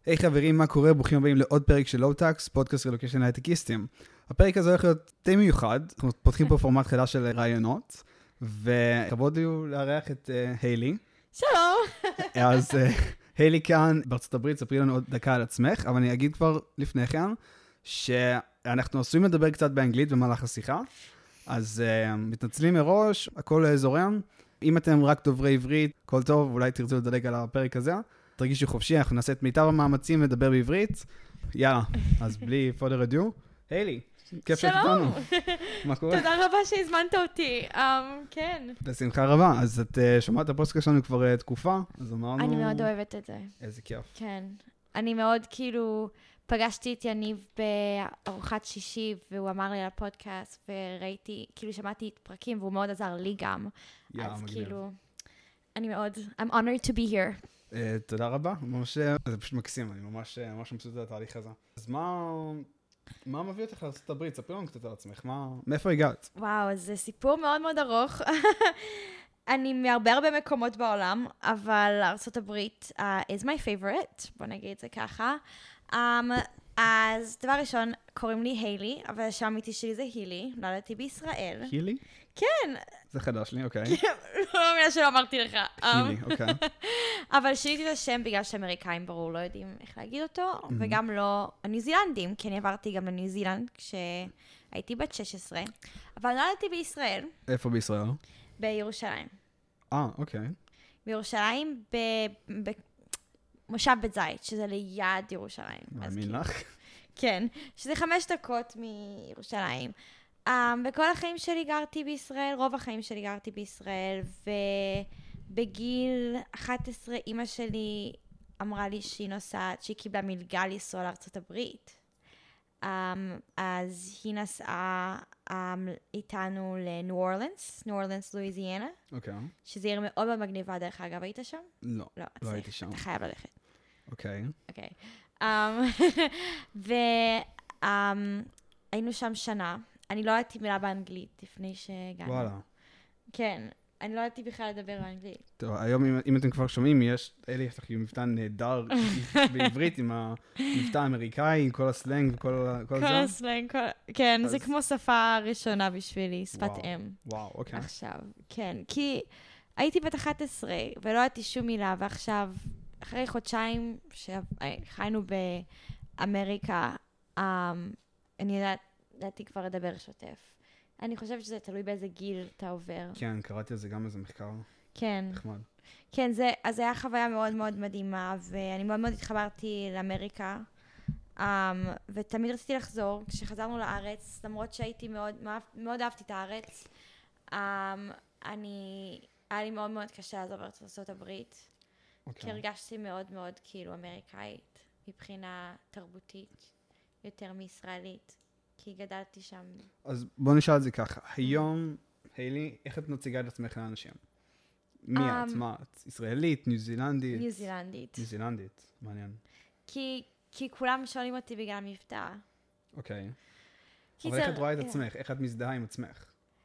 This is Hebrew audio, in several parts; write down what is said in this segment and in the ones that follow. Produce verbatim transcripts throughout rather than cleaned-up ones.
היי חברים, מה קורה? ברוכים הבאים לעוד פרק של לואו-טקס, פודקאסט רילוקיישן להייטקיסטים. הפרק הזה הולך להיות די מיוחד, אנחנו פותחים פה פורמט חדש של רעיונות, וכבוד לי לארח את uh, היילי. שלום. אז uh, היילי כאן בארצות הברית, ספרי לנו עוד דקה על עצמך, אבל אני אגיד כבר לפני כן, שאנחנו עשויים לדבר קצת באנגלית במהלך השיחה, אז uh, מתנצלים מראש, הכל זורם. אם אתם רק דוברי עברית, כל טוב, אולי תרצו לדלג על הפרק הזה. תרגישו חופשי, אנחנו נעשה את מיטב המאמצים לדבר בעברית. יאללה, אז בלי further ado. היילי, כיף שאת איתנו. מה קורה? תודה רבה שהזמנת אותי. כן. בשמחה רבה. אז את שומעת את הפודקאסט שלנו כבר תקופה, אז אמרנו... אני מאוד אוהבת את זה. איזה כיף. כן. אני מאוד כאילו, פגשתי את יניב בארוחת שישי, והוא אמר לי על הפודקאסט, וראיתי, כאילו שמעתי את פרקים, והוא מאוד עזר לי גם. אז כאילו, אני מאוד, I'm honored to be here. Uh, תודה רבה, ממש, זה פשוט מקסים, אני ממש, ממש מבסוט על התהליך הזה. אז מה, מה מביא אותך לארצות הברית? ספרי לנו קצת על עצמך, מה, מאיפה הגעת? וואו, זה סיפור מאוד מאוד ארוך. אני מהרבה הרבה מקומות בעולם, אבל ארצות הברית uh, is my favorite, בוא נגיד את זה ככה. Um, אז דבר ראשון, קוראים לי היילי, אבל השם האמיתי שלי זה הילי, נולדתי בישראל. הילי? כן. זה חדש לי, אוקיי. לא מאמינה שלא אמרתי לך. הילי, אוקיי. אבל שיניתי את השם בגלל שאמריקאים ברור לא יודעים איך להגיד אותו, וגם לא הניו זילנדים, כי אני עברתי גם לניו זילנד כשהייתי בת שש עשרה, אבל נולדתי בישראל. איפה בישראל? בירושלים. אה, אוקיי. בירושלים, במושב בית זית, שזה ליד ירושלים. מאמין לך? כן, שזה חמש דקות מירושלים. Um, וכל החיים שלי גרתי בישראל, רוב החיים שלי גרתי בישראל, ובגיל אחת עשרה אמא שלי אמרה לי שהיא נוסעת, שהיא קיבלה מלגה לנסוע לארצות הברית. Um, אז היא נסעה um, איתנו לניו אורלינס, ניו אורלינס, לואיזיאנה. אוקיי. Okay. שזה עיר מאוד מאוד מגניבה, דרך אגב, היית שם? לא, לא, לא הייתי שם. אתה חייב ללכת. אוקיי. אוקיי. והיינו שם שנה. אני לא ידעתי מילה באנגלית לפני שהגענו. וואלה. כן, אני לא ידעתי בכלל לדבר באנגלית. טוב, היום אם, אם אתם כבר שומעים, יש, אלי, יש לך מבטא נהדר בעברית עם המבטא האמריקאי, עם כל הסלנג וכל כל זה. כל הסלנג, כל... כן, אז... זה כמו שפה ראשונה בשבילי, שפת וואו, אם. וואו, אוקיי. עכשיו, כן, כי הייתי בת אחת עשרה ולא ידעתי שום מילה, ועכשיו, אחרי חודשיים שחיינו באמריקה, um, אני יודעת, ידעתי כבר לדבר שוטף. אני חושבת שזה תלוי באיזה גיל אתה עובר. כן, קראתי על זה גם איזה מחקר. כן. נחמד. כן, זה, אז זה היה חוויה מאוד מאוד מדהימה, ואני מאוד מאוד התחברתי לאמריקה, um, ותמיד רציתי לחזור. כשחזרנו לארץ, למרות שהייתי מאוד, מאוד אהבתי את הארץ, um, אני, היה לי מאוד מאוד קשה לעזוב בארצות הברית, okay. כי הרגשתי מאוד מאוד כאילו אמריקאית, מבחינה תרבותית, יותר מישראלית. כי גדלתי שם. אז בוא נשאל את זה ככה. היום, היילי, איך את מציגה את עצמך לאנשים? מי את? מה את? ישראלית? ניו זילנדית? ניו זילנדית. ניו זילנדית. מעניין. כי, כי כולם שואלים אותי בגלל מבטא. אוקיי. אבל איך את רואה את עצמך? איך את מזדהה עם עצמך?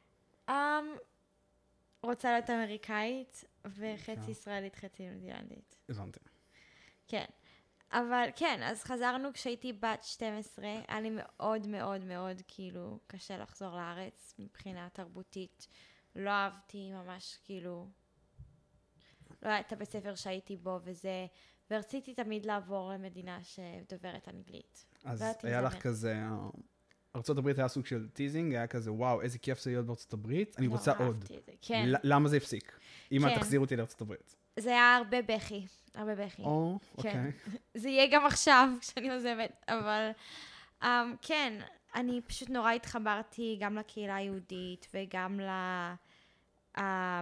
רוצה להיות אמריקאית, וחצי ישראלית, חצי ניו זילנדית. הבנתי. כן. אבל כן, אז חזרנו כשהייתי בת שתים עשרה, היה לי מאוד מאוד מאוד כאילו קשה לחזור לארץ מבחינה תרבותית. לא אהבתי ממש כאילו, לא היה את הבית ספר שהייתי בו וזה, ורציתי תמיד לעבור למדינה שדוברת אנגלית. אז היה לך כזה, ארצות הברית היה סוג של טיזינג, היה כזה וואו, איזה כיף זה להיות בארצות הברית, אני רוצה עוד. כן. למה זה הפסיק? אם את תחזיר אותי לארצות הברית. זה היה הרבה בכי, הרבה בכי. או, אוקיי. זה יהיה גם עכשיו כשאני עוזבת, אבל um, כן, אני פשוט נורא התחברתי גם לקהילה היהודית וגם ל, um,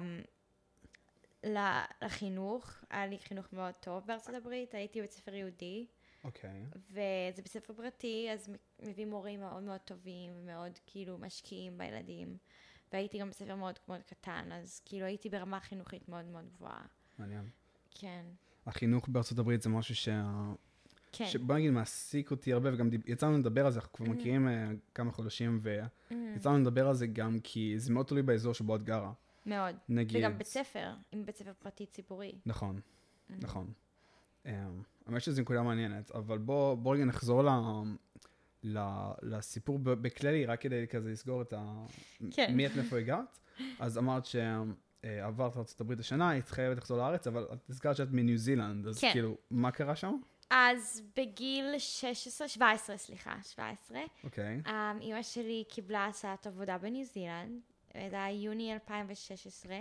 לחינוך. היה לי חינוך מאוד טוב בארצות הברית, הייתי בית ספר יהודי. אוקיי. וזה בית ספר פרטי, אז מביא מורים מאוד מאוד טובים ומאוד כאילו משקיעים בילדים. והייתי גם בית ספר מאוד מאוד קטן, אז כאילו הייתי ברמה חינוכית מאוד מאוד גבוהה. מעניין. כן. החינוך בארצות הברית זה משהו ש... כן. שבוא נגיד מעסיק אותי הרבה, וגם דיב... יצאנו לדבר על זה, אנחנו כבר mm-hmm. מכירים uh, כמה חודשים, ויצאנו mm-hmm. לדבר על זה גם כי זה מאוד תלוי באזור שבו את גרה. מאוד. נגיד... וגם בית ספר, עם בית ספר פרטי ציבורי. נכון, mm-hmm. נכון. האמת שזו נקודה מעניינת, אבל בוא, בוא רגע נחזור ל, ל, לסיפור בכללי, רק כדי כזה לסגור את ה... כן. מי את מאיפה הגעת. אז אמרת שעברת ארצות הברית השנה, היית חייבת לחזור לארץ, אבל את הזכרת שאת מניו זילנד, אז כן. כאילו, מה קרה שם? אז בגיל שש עשרה, שבע עשרה, סליחה, שבע עשרה, אוקיי. um, אמא שלי קיבלה הצעת עבודה בניו זילנד, זה היה יוני אלפיים ושש עשרה,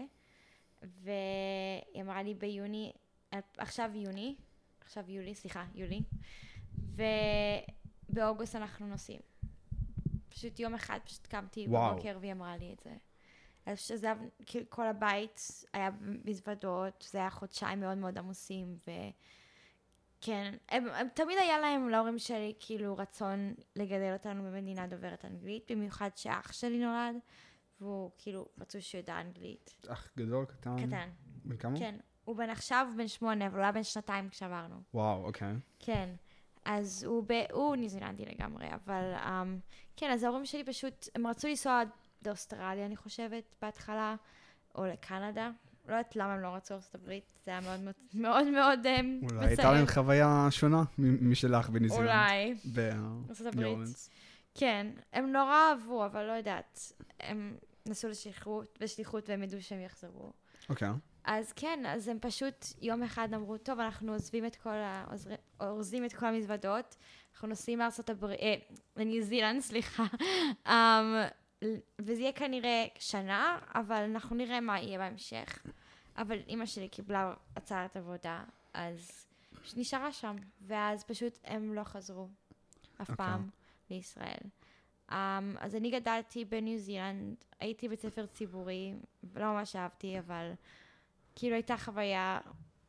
והיא אמרה לי ביוני, עכשיו יוני, עכשיו יולי, סליחה, יולי, ובאוגוסט אנחנו נוסעים. פשוט יום אחד, פשוט קמתי וואו. בבוקר והיא אמרה לי את זה. אז שזה, כל הבית היה מזוודות, זה היה חודשיים מאוד מאוד עמוסים, ו... כן, הם, הם, תמיד היה להם, להורים שלי, כאילו רצון לגדל אותנו במדינה דוברת אנגלית, במיוחד שאח שלי נולד, והוא כאילו רצו שיודע אנגלית. אח גדול, קטן? קטן. בן כמה? כן, הוא בן עכשיו, הוא בן שמונה, אבל הוא היה בן שנתיים כשעברנו. וואו, אוקיי. כן, אז הוא, ב, הוא ניו זילנדי לגמרי, אבל um, כן, אז ההורים שלי פשוט, הם רצו לנסוע לאוסטרליה, אני חושבת, בהתחלה, או לקנדה. לא יודעת למה הם לא רצו ארצות הברית, זה היה מאוד מאוד מאוד מסיים. אולי הייתה להם חוויה שונה משלך בניו זילנד. אולי. בארצות הברית. כן, הם נורא אהבו, אבל לא יודעת, הם נסעו לשליחות, בשליחות והם ידעו שהם יחזרו. אוקיי. אז כן, אז הם פשוט יום אחד אמרו, טוב, אנחנו עוזבים את כל ה... אורזים את כל המזוודות, אנחנו נוסעים לארצות הברית, אה, לניו זילנד, סליחה. um, וזה יהיה כנראה שנה, אבל אנחנו נראה מה יהיה בהמשך. אבל אמא שלי קיבלה הצעת עבודה, אז נשארה שם, ואז פשוט הם לא חזרו אף okay. פעם לישראל. Um, אז אני גדלתי בניו זילנד, הייתי בית ספר ציבורי, לא ממש אהבתי, אבל כאילו הייתה חוויה,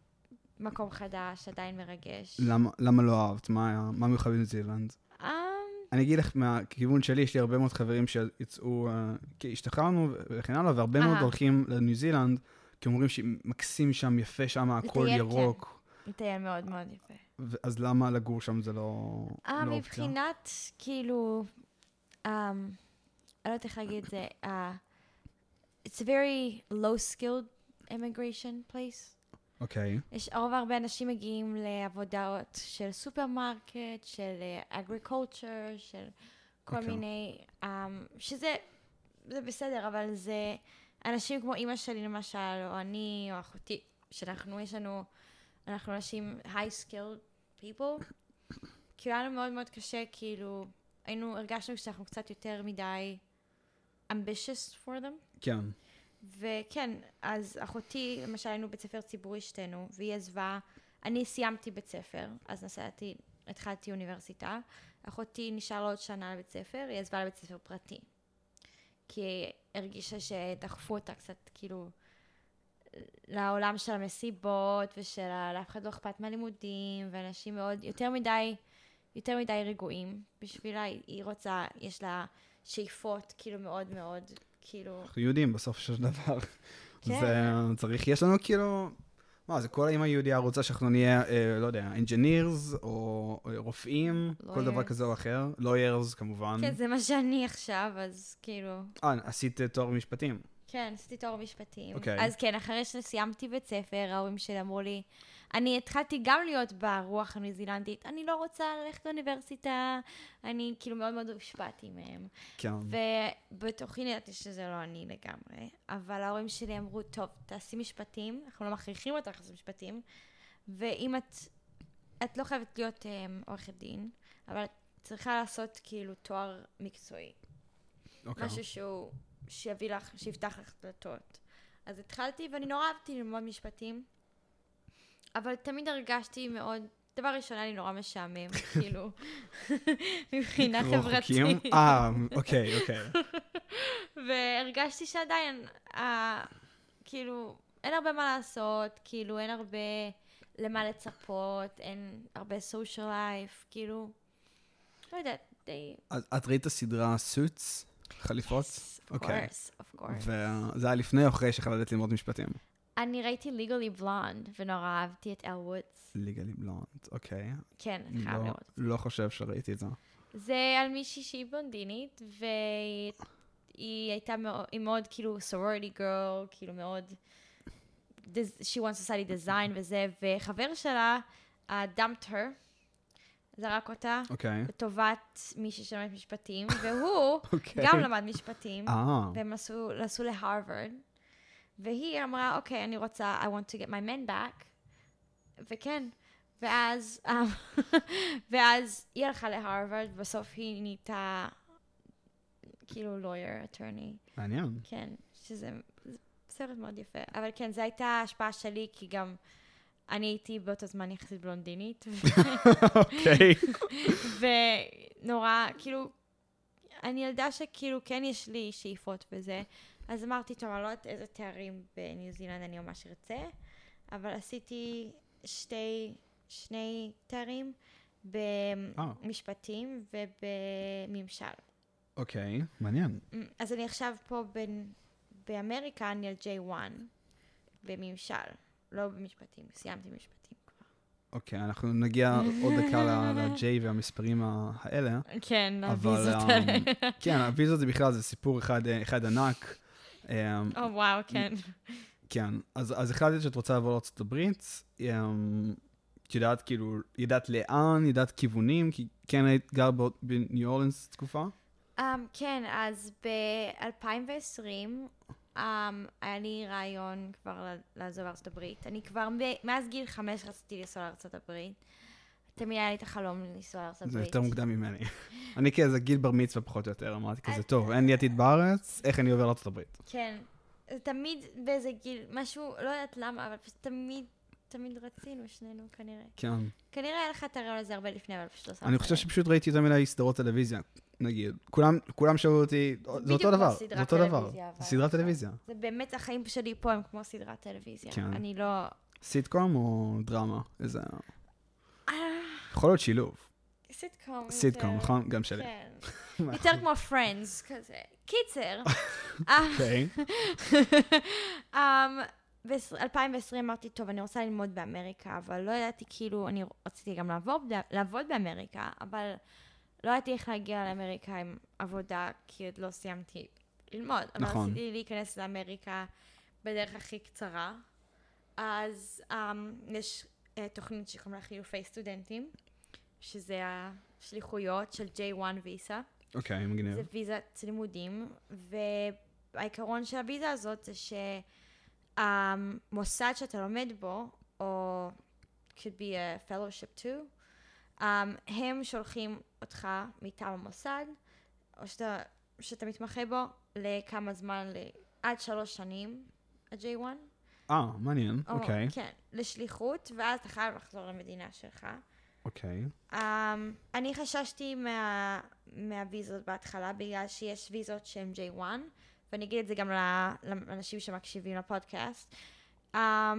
מקום חדש, עדיין מרגש. למה, למה לא אהבת? מה, מה מיוחד בניו זילנד? Um, אני אגיד לך, מהכיוון שלי, יש לי הרבה מאוד חברים שיצאו, כי השתחררנו וכן הלאה, והרבה מאוד הולכים לניו זילנד, כי אומרים שמקסים שם, יפה שם, הכל ירוק. לטייל מאוד מאוד יפה. אז למה לגור שם זה לא אופציה? מבחינת, כאילו, אני לא יודעת איך להגיד את זה, it's a very low-skilled immigration place. אוקיי. יש רוב הרבה אנשים מגיעים לעבודות של סופרמרקט, של אגריקולצ'ר, של כל okay. מיני, um, שזה זה בסדר, אבל זה אנשים כמו אמא שלי למשל, או אני, או אחותי, שאנחנו, יש לנו, אנחנו אנשים high-skilled people, כאילו היה לנו מאוד מאוד קשה, כאילו, היינו, הרגשנו שאנחנו קצת יותר מדי ambitious for them. כן. וכן, אז אחותי, למשל, היינו בית ספר ציבורי שתינו, והיא עזבה, אני סיימתי בית ספר, אז נסעתי, התחלתי אוניברסיטה, אחותי נשאר עוד שנה לבית ספר, היא עזבה לבית ספר פרטי. כי היא הרגישה שדחפו אותה קצת, כאילו, לעולם של המסיבות, ושל לאף אחד לא אכפת מהלימודים, ואנשים מאוד, יותר מדי, יותר מדי רגועים בשבילה, היא רוצה, יש לה שאיפות, כאילו, מאוד מאוד, כאילו... אנחנו יהודים בסוף של דבר. כן. זה צריך, יש לנו כאילו... מה, זה כל האמא היהודיה רוצה שאנחנו נהיה, אה, לא יודע, engineers, או רופאים, lawyers. כל דבר כזה או אחר. lawyers, כמובן. כן, זה מה שאני עכשיו, אז כאילו... אה, עשית תואר במשפטים. כן, עשיתי תואר במשפטים. אוקיי. אז כן, אחרי שסיימתי בית ספר, ההורים שלי אמרו לי, אני התחלתי גם להיות ברוח הניו זילנדית, אני לא רוצה ללכת לאוניברסיטה, אני כאילו מאוד מאוד הושפעתי מהם. כן. ובתוכי נדעתי שזה לא אני לגמרי, אבל ההורים שלי אמרו, טוב, תעשי משפטים, אנחנו לא מכריחים אותך לעשות משפטים, ואם את, את לא חייבת להיות um, עורכת דין, אבל את צריכה לעשות כאילו תואר מקצועי. אוקיי. משהו שהוא, שיביא לך, שיפתח לך דלתות. אז התחלתי, ואני נורא אהבתי ללמוד משפטים, אבל תמיד הרגשתי מאוד, דבר ראשון היה לי נורא משעמם, כאילו, מבחינה חברתית. אה, אוקיי, אוקיי. והרגשתי שעדיין, אה, כאילו, אין הרבה מה לעשות, כאילו, אין הרבה למה לצפות, אין הרבה social life, כאילו, לא יודעת, די... את ראית הסדרה Suits? חליפות? Yes, of course, of course. וזה היה לפני או אחרי שחלטת ללמוד משפטים? אני ראיתי Legally Blonde, ונורא אהבתי את אל וודס. Legally Blonde, אוקיי. כן, אני חייב לראות את זה. לא חושב שראיתי את זה. זה על מישהי שהיא בלונדינית, והיא הייתה מאוד, היא מאוד כאילו sorority girl, כאילו מאוד, she wants to study design וזה, וחבר שלה dumped her, זרק אותה, אוקיי. לטובת מישהו שלמד משפטים, והוא אוקיי. גם למד משפטים, אה. והם עשו, עשו להרווארד, והיא אמרה, אוקיי, אני רוצה, I want to get my men back, וכן, ואז, ואז היא הלכה להרווארד, בסוף היא נהייתה, כאילו, lawyer, attorney. מעניין. כן, שזה סרט מאוד יפה. אבל כן, זו הייתה ההשפעה שלי, כי גם אני הייתי באותו זמן יחסית בלונדינית. אוקיי. ונורא, כאילו, אני ילדה שכאילו כן יש לי שאיפות בזה, אז אמרתי, טוב, אני לא יודעת איזה תארים בניו זילנד אני ממש ארצה, אבל עשיתי שתי, שני תארים במשפטים ובממשל. אוקיי, מעניין. אז אני עכשיו פה בין, באמריקה, אני על ג'יי וואן, בממשל, לא במשפטים, סיימתי משפטים כבר. אוקיי, אנחנו נגיע עוד דקה ל-J והמספרים האלה. כן, הוויזות האלה. כן, הוויזות זה בכלל, זה סיפור אחד ענק. או וואו, כן. כן, אז החלטת שאת רוצה לעבור לארצות הברית, את יודעת כאילו, ידעת לאן, ידעת כיוונים, כי כן היית גר בניו אורלינס תקופה? כן, אז ב-אלפיים ועשרים היה לי רעיון כבר לעזוב לארצות הברית. אני כבר, מאז גיל חמש רציתי לנסוע לארצות הברית. תמיד היה לי את החלום לנסוע לארצות הברית. זה יותר מוקדם ממני. אני כאיזה גיל בר מצווה פחות או יותר, אמרתי כזה, טוב, אין לי עתיד בארץ, איך אני עובר לארצות הברית? כן, תמיד באיזה גיל, משהו, לא יודעת למה, אבל פשוט תמיד, תמיד רצינו שנינו, כנראה. כן. כנראה היה לך את הרעיון הזה הרבה לפני, אבל פשוט לא שמתי. אני חושב שפשוט ראיתי יותר מדי סדרות טלוויזיה, נגיד. כולם, כולם שאלו אותי, זה אותו דבר, זה אותו דבר. זה סדרת טלוויזיה. זה באמת, החיים שלי פה הם כמו סדרת טלוויזיה. אני לא... סיטקום או דרמה? איזה... יכול להיות שילוב. סיטקום. סיטקום, נכון? גם שלי. כן. יותר כמו פרנדס, כזה. קיצר. אוקיי. ב-אלפיים ועשרים אמרתי, טוב, אני רוצה ללמוד באמריקה, אבל לא ידעתי, כאילו, אני רציתי גם לעבוד באמריקה, אבל לא ידעתי איך להגיע לאמריקה עם עבודה, כי עוד לא סיימתי ללמוד. אבל רציתי להיכנס לאמריקה בדרך הכי קצרה. אז יש תוכנית שקוראים לה חילופי סטודנטים, שזה השליחויות של ג'יי וואן ויזה. אוקיי, מגניב. זה ויזת לימודים, והעיקרון של הוויזה הזאת זה שהמוסד שאתה לומד בו, או could be a fellowship too, um, הם שולחים אותך מטעם המוסד, או שאתה, שאתה מתמחה בו, לכמה זמן, עד שלוש שנים, ה-ג'יי וואן. אה, מעניין, אוקיי. כן, לשליחות, ואז אתה חייב לחזור למדינה שלך. אוקיי. Um, אני חששתי מה, מהוויזות בהתחלה, בגלל שיש ויזות שהן ג'יי וואן, ואני אגיד את זה גם לאנשים שמקשיבים לפודקאסט. Um,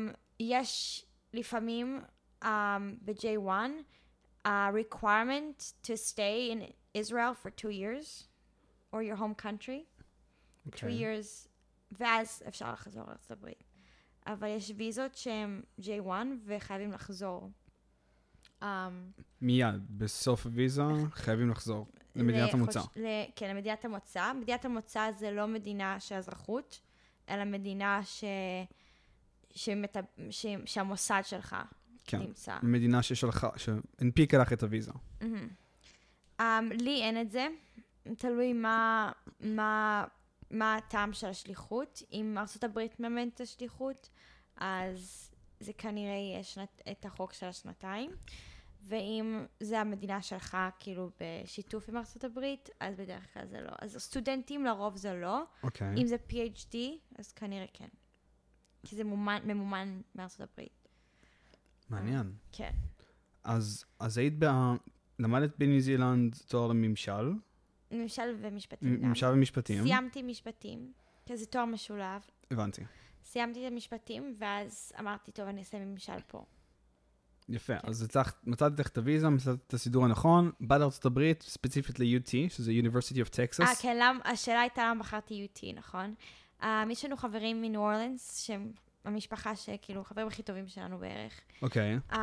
יש לפעמים um, ב-ג'יי וואן, a requirement to stay in Israel for two years, or your home country. Okay. Two years, ואז אפשר לחזור לארצות הברית. אבל יש ויזות שהן ג'יי וואן וחייבים לחזור. Um, מיד, בסוף הוויזה, חייבים לחזור למדינת המוצא. כן, למדינת המוצא. מדינת המוצא זה לא מדינה של אזרחות, אלא מדינה ש... שמת... ש... שהמוסד שלך כן, נמצא. כן, מדינה ששלחה, שהנפיקה לך את הוויזה. Mm-hmm. Um, לי אין את זה. תלוי מה, מה, מה הטעם של השליחות. אם ארצות הברית ממנת את השליחות, אז זה כנראה יהיה שנת... את החוק של השנתיים. ואם זה המדינה שלך, כאילו, בשיתוף עם ארצות הברית, אז בדרך כלל זה לא. אז סטודנטים לרוב זה לא. אוקיי. אם זה פי אייץ' די, אז כנראה כן. כי זה מומן, ממומן מארצות הברית. מעניין. כן. אז, אז היית ב... למדת בניו זילנד תואר לממשל? ממשל ומשפטים. ממשל ומשפטים. סיימתי משפטים, כזה תואר משולב. הבנתי. סיימתי את המשפטים, ואז אמרתי, טוב, אני אעשה ממשל פה. יפה, כן. אז מצאת לך את הוויזה, מצאת את הסידור הנכון, בא לארצות הברית, ספציפית ל-יו טי, שזה University of Texas. אה, כן, למ, השאלה הייתה למה בחרתי יו טי, נכון? Uh, יש לנו חברים מניו אורלינס, שהם המשפחה שכאילו, חברים הכי טובים שלנו בערך. אוקיי. Okay. Um,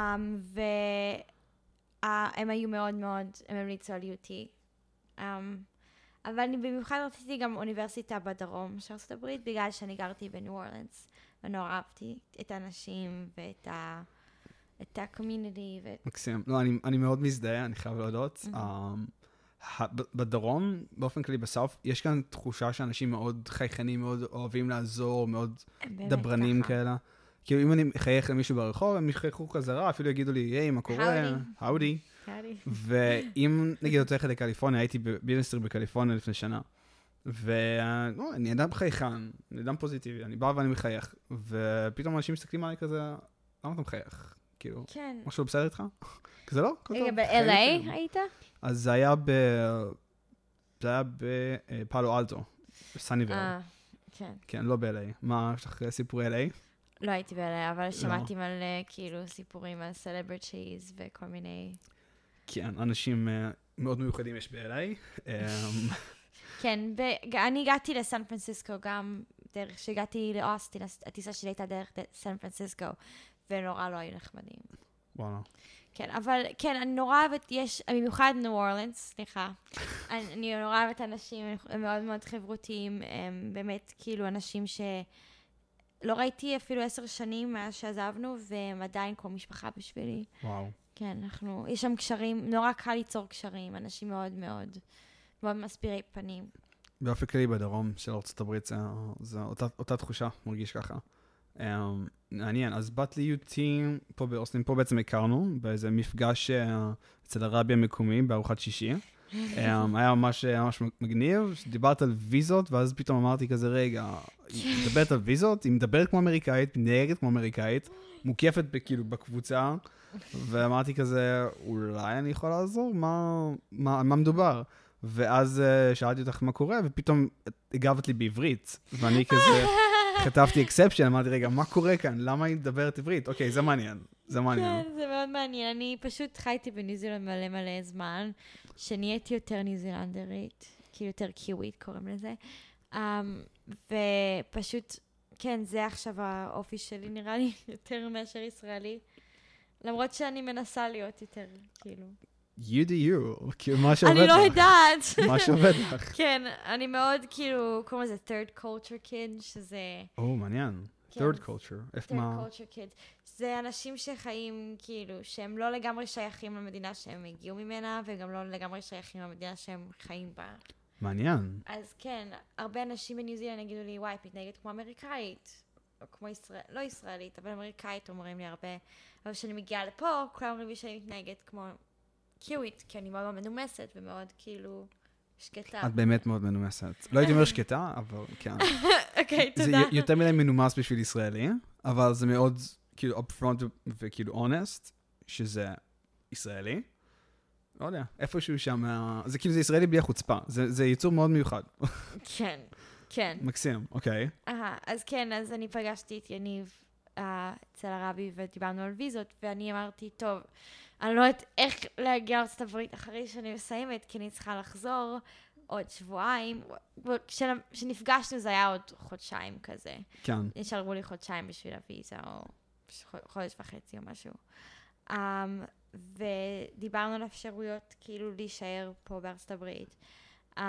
והם uh, היו מאוד מאוד, הם המליצו על יו טי. Um, אבל אני במיוחד רציתי גם אוניברסיטה בדרום של ארצות הברית, בגלל שאני גרתי בניו אורלינס, ונורא אהבתי את האנשים ואת ה... את הקומיוניטי. ו... מקסים. לא, אני, אני מאוד מזדהה, אני חייב להודות. Mm-hmm. Um, בדרום, באופן כללי בסוף, יש כאן תחושה שאנשים מאוד חייכנים, מאוד אוהבים לעזור, מאוד דברנים ככה. כאלה. כאילו, אם אני מחייך למישהו ברחוב, הם יחייכו חזרה, אפילו יגידו לי, היי, מה קורה? האודי. ואם, נגיד, את הולכת לקליפורניה, הייתי בבילינסטר בקליפורניה לפני שנה. ואני אדם חייכן, אני אדם פוזיטיבי, אני בא ואני מחייך, ופתאום אנשים מסתכלים עליי כזה, למה אתה מחייך? כאילו, משהו בסדר איתך? כזה לא? רגע, ב-אל איי היית? אז זה היה ב... זה היה בפאלו אלטו, בסניבל. אה, כן. כן, לא ב-אל איי. מה, יש לך סיפורי אל איי? לא הייתי ב-אל איי, אבל שמעתי מלא, כאילו, סיפורים על סלבריטיז וכל מיני... כן, אנשים מאוד מיוחדים יש ב-אל איי. כן, אני הגעתי לסן פרנסיסקו גם דרך שהגעתי לאוסטין, הטיסה שלי הייתה דרך סן פרנסיסקו, ונורא לא היו נחמדים. וואלה. כן, אבל כן, אני נורא אוהבת, יש, במיוחד ניו אורלינס, סליחה, אני, אני נורא אוהבת אנשים, הם מאוד מאוד חברותיים, הם באמת כאילו אנשים שלא ראיתי אפילו עשר שנים מאז שעזבנו, והם עדיין כמו משפחה בשבילי. וואו. כן, אנחנו, יש שם קשרים, נורא קל ליצור קשרים, אנשים מאוד מאוד, מאוד מסבירי פנים. באופן כללי בדרום של ארצות הברית, זה, זה אותה, אותה תחושה, מרגיש ככה. Um, מעניין, אז בת לי יוטי פה באוסטין, פה בעצם הכרנו, באיזה מפגש uh, אצל הרבי המקומי בארוחת שישי. um, היה ממש, ממש מגניב, דיברת על ויזות, ואז פתאום אמרתי כזה, רגע, היא מדברת על ויזות, היא מדברת כמו אמריקאית, מתנהגת כמו אמריקאית, מוקפת כאילו בקבוצה, ואמרתי כזה, אולי אני יכול לעזור? מה, מה, מה מדובר? ואז uh, שאלתי אותך מה קורה, ופתאום הגבת לי בעברית, ואני כזה... כתבתי אקספשן, אמרתי, רגע, מה קורה כאן? למה היא מדברת עברית? אוקיי, זה מעניין. זה מעניין. כן, זה מאוד מעניין. אני פשוט חייתי בניו זילנד מלא מלא זמן, שנהייתי יותר ניו זילנדרית, כאילו יותר קיווית קוראים לזה. Um, ופשוט, כן, זה עכשיו האופי שלי, נראה לי, יותר מאשר ישראלי. למרות שאני מנסה להיות יותר, כאילו... You do you, כאילו מה שעובד לך. אני לא יודעת. מה שעובד לך. כן, אני מאוד כאילו, קוראים לזה third culture kid, שזה... או, מעניין. third culture. איפה מה? third culture kid. זה אנשים שחיים כאילו, שהם לא לגמרי שייכים למדינה שהם הגיעו ממנה, וגם לא לגמרי שייכים למדינה שהם חיים בה. מעניין. אז כן, הרבה אנשים בניו זילנד יגידו לי, וואי, מתנהגת כמו אמריקאית, או כמו ישראל, לא ישראלית, אבל אמריקאית אומרים לי הרבה. אבל כשאני מגיעה לפה, כולם אומרים לי שאני מתנהגת כמו... קיווית, כי אני מאוד מנומסת ומאוד כאילו שקטה. את באמת מאוד מנומסת. לא הייתי אומר שקטה, אבל כן. אוקיי, תודה. זה יותר מדי מנומס בשביל ישראלי, אבל זה מאוד כאילו upfront וכאילו honest, שזה ישראלי. לא יודע, איפשהו שם, זה כאילו זה ישראלי בלי החוצפה. זה ייצור מאוד מיוחד. כן, כן. מקסים, אוקיי. אז כן, אז אני פגשתי את יניב אצל הרבי ודיברנו על ויזות, ואני אמרתי, טוב, אני לא יודעת איך להגיע לארצות הברית אחרי שאני מסיימת, כי אני צריכה לחזור עוד שבועיים. כשנפגשנו זה היה עוד חודשיים כזה. כן. נשארו לי חודשיים בשביל הוויזה, או חודש וחצי או משהו. Um, ודיברנו על אפשרויות כאילו להישאר פה בארצות הברית. Um,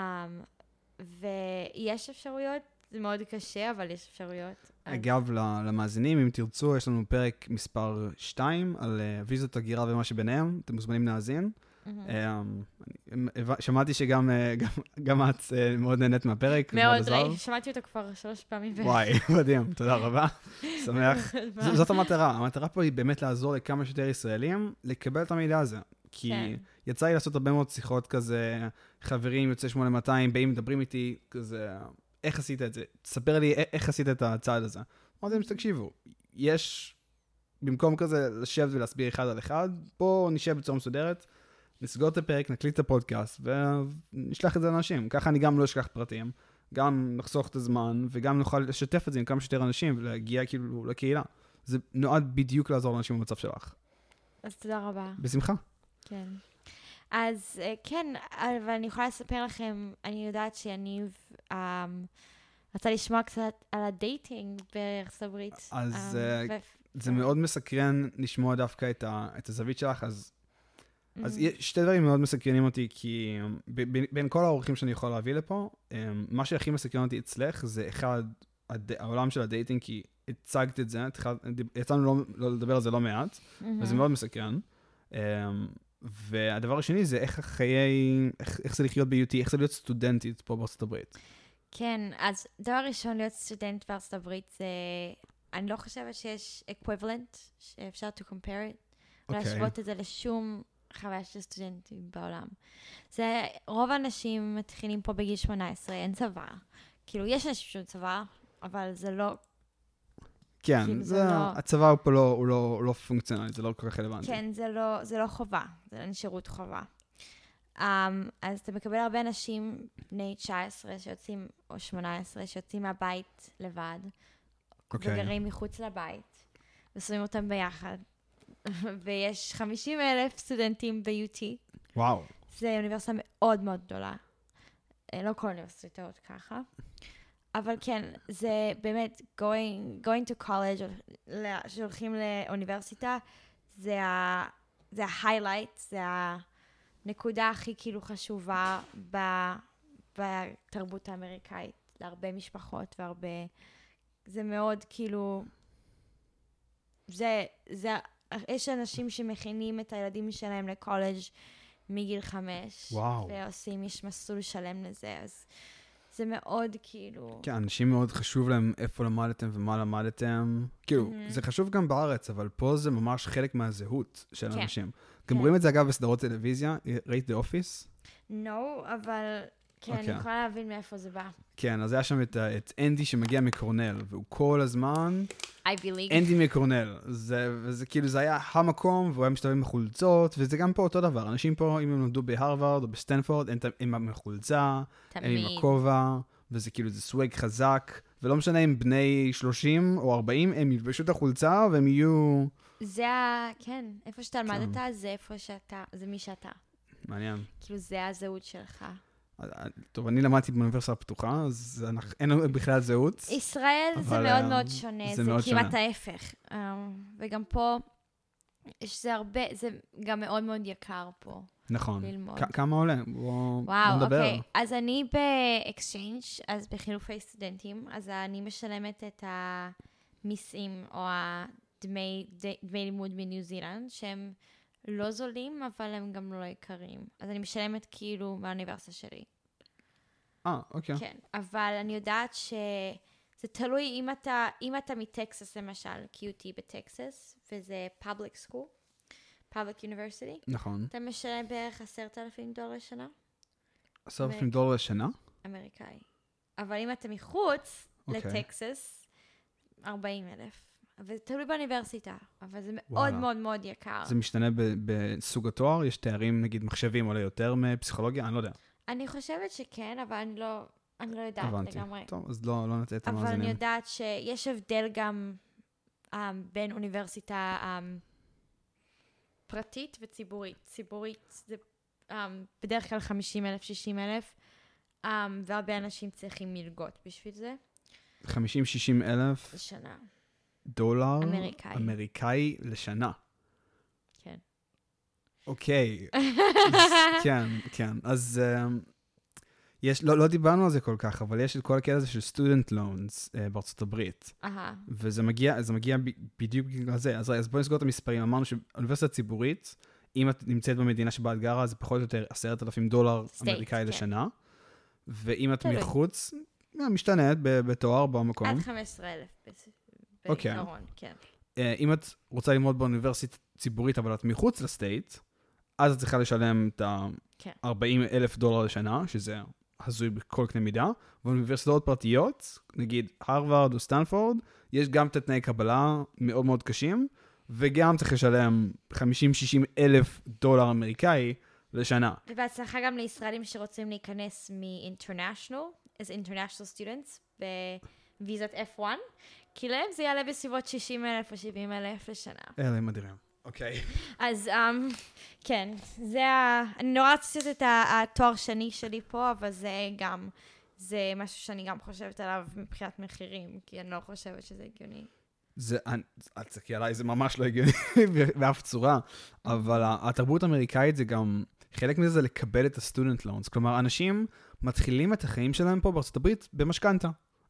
ויש אפשרויות, זה מאוד קשה, אבל יש אפשרויות. אגב, למאזינים, אם תרצו, יש לנו פרק מספר שתיים על ויזות הגירה ומה שביניהם. אתם מוזמנים להאזין. שמעתי שגם את מאוד נהנית מהפרק. מאוד, שמעתי אותו כבר שלוש פעמים. וואי, מדהים, תודה רבה. שמח. זאת המטרה. המטרה פה היא באמת לעזור לכמה שיותר ישראלים לקבל את המידע הזה. כי יצא לי לעשות הרבה מאוד שיחות כזה, חברים, יוצא שמונה מאתיים, באים, מדברים איתי, כזה... איך עשית את זה? תספר לי איך עשית את הצעד הזה. אמרתי להם שתקשיבו, יש, במקום כזה לשבת ולהסביר אחד על אחד, בואו נשב בצורה מסודרת, נסגור את הפרק, נקליט את הפודקאסט, ונשלח את זה לאנשים. ככה אני גם לא אשכח פרטים, גם נחסוך את הזמן, וגם נוכל לשתף את זה עם כמה שיותר אנשים, ולהגיע כאילו לקהילה. זה נועד בדיוק לעזור לאנשים במצב שלך. אז תודה רבה. בשמחה. כן. אז כן, אבל אני יכולה לספר לכם, אני יודעת שאני um, רצה לשמוע קצת על הדייטינג בארצות הברית. אז um, uh, ו- זה ו- מאוד מסקרן לשמוע דווקא את, ה- את הזווית שלך, אז, mm-hmm. אז שתי דברים מאוד מסקרנים אותי, כי ב- ב- בין כל האורחים שאני יכול להביא לפה, um, מה שהכי מסקרן אותי אצלך זה אחד, הד- העולם של הדייטינג, כי הצגת את זה, יצאנו לא, לא לדבר על זה לא מעט, Mm-hmm. וזה מאוד מסקרן. Um, והדבר השני זה איך החיי, איך, איך זה לחיות ב-יו טי, איך זה להיות סטודנטית פה בארצות הברית. כן, אז דבר ראשון, להיות סטודנט בארצות הברית זה, אני לא חושבת שיש equivalent, שאפשר to compare it, אוקיי. להשוות את זה לשום חוויה של סטודנטים בעולם. זה, רוב האנשים מתחילים פה בגיל שמונה עשרה, אין צבא. כאילו, יש אנשים שהוא צבא, אבל זה לא... כן, כאילו, זה, זה לא... הצבא הוא פה לא, הוא לא, הוא לא פונקציונלי, זה לא כל כך רלוונטי. כן, זה לא, זה לא חובה, זה לא שירות חובה. Um, אז אתה מקבל הרבה אנשים בני תשע עשרה שיוצאים, או שמונה עשרה, שיוצאים מהבית לבד, אוקיי. וגרים מחוץ לבית, ושמים אותם ביחד. ויש חמישים אלף סטודנטים ב-יו טי. וואו. זה אוניברסיטה מאוד מאוד גדולה. לא כל אוניברסיטאות ככה. אבל כן, זה באמת, going, going to college, שהולכים לאוניברסיטה, זה ה, זה ה-highlight, זה הנקודה הכי כאילו חשובה ב, בתרבות האמריקאית, להרבה משפחות והרבה, זה מאוד כאילו, זה, זה, יש אנשים שמכינים את הילדים שלהם לקולג' מגיל חמש. וואו. ועושים, יש מסלול שלם לזה, אז זה מאוד כאילו... כן, אנשים מאוד חשוב להם איפה למדתם ומה למדתם. כאילו, mm-hmm. זה חשוב גם בארץ, אבל פה זה ממש חלק מהזהות של כן. אנשים. כן. גם רואים את זה אגב בסדרות טלוויזיה, ראית The Office? No, אבל כן, אוקיי. אני יכולה להבין מאיפה זה בא. כן, אז היה שם את, את אנדי שמגיע מקורנל, והוא כל הזמן... Ivy League. אנדי מקורנל. זה, וזה כאילו, זה היה המקום, והוא היה משתובב עם חולצות, וזה גם פה אותו דבר. אנשים פה, אם הם למדו בהרווארד או בסטנפורד, הם עם החולצה, הם עם הכובע, וזה כאילו, זה סווג חזק, ולא משנה אם בני שלושים או ארבעים, הם ילבשו את החולצה, והם יהיו... זה ה... כן, איפה שאתה למדת, זה איפה שאתה, זה מי שאתה. מעניין. כאילו, זה הזהות שלך. טוב, אני למדתי באוניברסיטה הפתוחה, אז אין לנו בכלל זהות. ישראל זה מאוד מאוד שונה, זה כמעט ההפך. וגם פה, זה הרבה, זה גם מאוד מאוד יקר פה. נכון. ללמוד. כמה עולה? בוא נדבר. אוקיי. אז אני באקסצ'יינג', אז בחילופי סטודנטים, אז אני משלמת את המיסים, או הדמי לימוד מניו זילנד, שהם לא זולים, אבל הם גם לא יקרים. אז אני משלמת כאילו מהאוניברסיטה שלי. אה, אוקיי. כן, אבל אני יודעת שזה תלוי אם אתה, אם אתה מטקסס למשל, קיו טי בטקסס, וזה public school, public university. נכון. אתה משלם בערך עשרת אלפים דולר לשנה. עשרת אלפים דולר לשנה? אמריקאי. אבל אם אתה מחוץ אוקיי. לטקסס, ארבעים אלף. וזה תלוי באוניברסיטה, אבל זה מאוד מאוד מאוד יקר. זה משתנה בסוג התואר? יש תארים, נגיד, מחשבים עולה יותר מפסיכולוגיה? אני לא יודע. אני חושבת שכן, אבל אני לא, אני לא יודעת הבנתי. לגמרי. טוב, אז לא, לא נטעה את המאזינים. אבל אני יודעת שיש הבדל גם um, בין אוניברסיטה um, פרטית וציבורית. ציבורית זה um, בדרך כלל חמישים אלף, שישים אלף, um, והרבה אנשים צריכים מלגות בשביל זה. חמישים שישים אלף? לשנה. דולר? אמריקאי. אמריקאי לשנה. כן. אוקיי. כן, כן. אז uh, יש, לא, לא דיברנו על זה כל כך, אבל יש את כל הקטע הזה של student loans uh, בארצות הברית. אהה. וזה מגיע, זה מגיע ב, בדיוק בגלל זה. אז, אז בואו נסגור את המספרים. אמרנו שאוניברסיטה ציבורית, אם את נמצאת במדינה שבה את גרה, זה פחות או יותר עשרת אלפים דולר State, אמריקאי כן. לשנה. ואם את תלוי. מחוץ, משתנית בתואר במקום. עד חמישה עשר אלף אוקיי. בעיקרון, כן. Uh, אם את רוצה ללמוד באוניברסיטה ציבורית, אבל את מחוץ לסטייט, אז את צריכה לשלם את כן. ה-ארבעים אלף דולר לשנה, שזה הזוי בכל קנה מידה, ובאוניברסיטאות פרטיות, נגיד הרווארד או סטנפורד, יש גם את התנאי קבלה מאוד מאוד קשים, וגם צריך לשלם חמישים שישים אלף דולר אמריקאי לשנה. ובהצלחה גם לישראלים שרוצים להיכנס מ-international, as international students, בוויזת אף אחת, כי להם זה יעלה בסביבות שישים אלף או שבעים אלף לשנה. אלה הם אדירים. אוקיי. אז um, כן, זה ה... אני נורא רציתי את התואר שני שלי פה, אבל זה גם, זה משהו שאני גם חושבת עליו מבחינת מחירים, כי אני לא חושבת שזה הגיוני. זה, אל תסתכלי עליי, זה ממש לא הגיוני באף צורה, אבל התרבות האמריקאית זה גם, חלק מזה זה לקבל את הסטודנט לונס, כלומר, אנשים מתחילים את החיים שלהם פה בארצות הברית במשכנתה.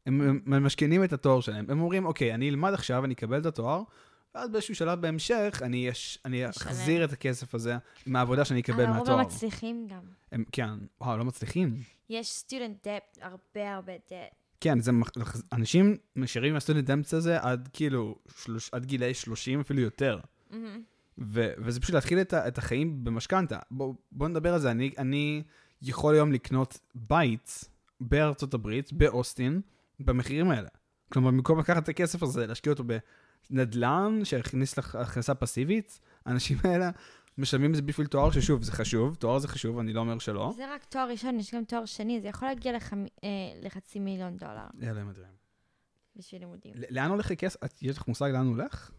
הם, הם משכנים את התואר שלהם. הם אומרים, אוקיי, אני אלמד עכשיו, אני אקבל את התואר, ואז באיזשהו שלב בהמשך, אני, יש, אני אחזיר את הכסף הזה מהעבודה שאני אקבל מהתואר. אבל רוב מצליחים גם. הם, כן, וואו, לא מצליחים. יש student debt, הרבה הרבה debt. כן, זה, אנשים משאירים מהסטודנט דמפס הזה עד כאילו, שלוש, עד גילי שלושים אפילו יותר. Mm-hmm. ו, וזה פשוט להתחיל את, ה, את החיים במשכנתה. בוא, בוא נדבר על זה. אני, אני יכול היום לקנות בית בארצות הברית, באוסטין, במחירים האלה. כלומר, במקום לקחת את הכסף הזה, להשקיע אותו בנדלן, שהכניס לך הכנסה פסיבית, האנשים האלה משלמים את זה בשביל תואר ששוב, זה חשוב, תואר זה חשוב, אני לא אומר שלא. זה רק תואר ראשון, יש גם תואר שני, זה יכול להגיע לח... אה, לחצי מיליון דולר. יאללה, מדהים. בשביל לימודים. לאן הולך הכסף? יש לך מושג לאן הוא הולך?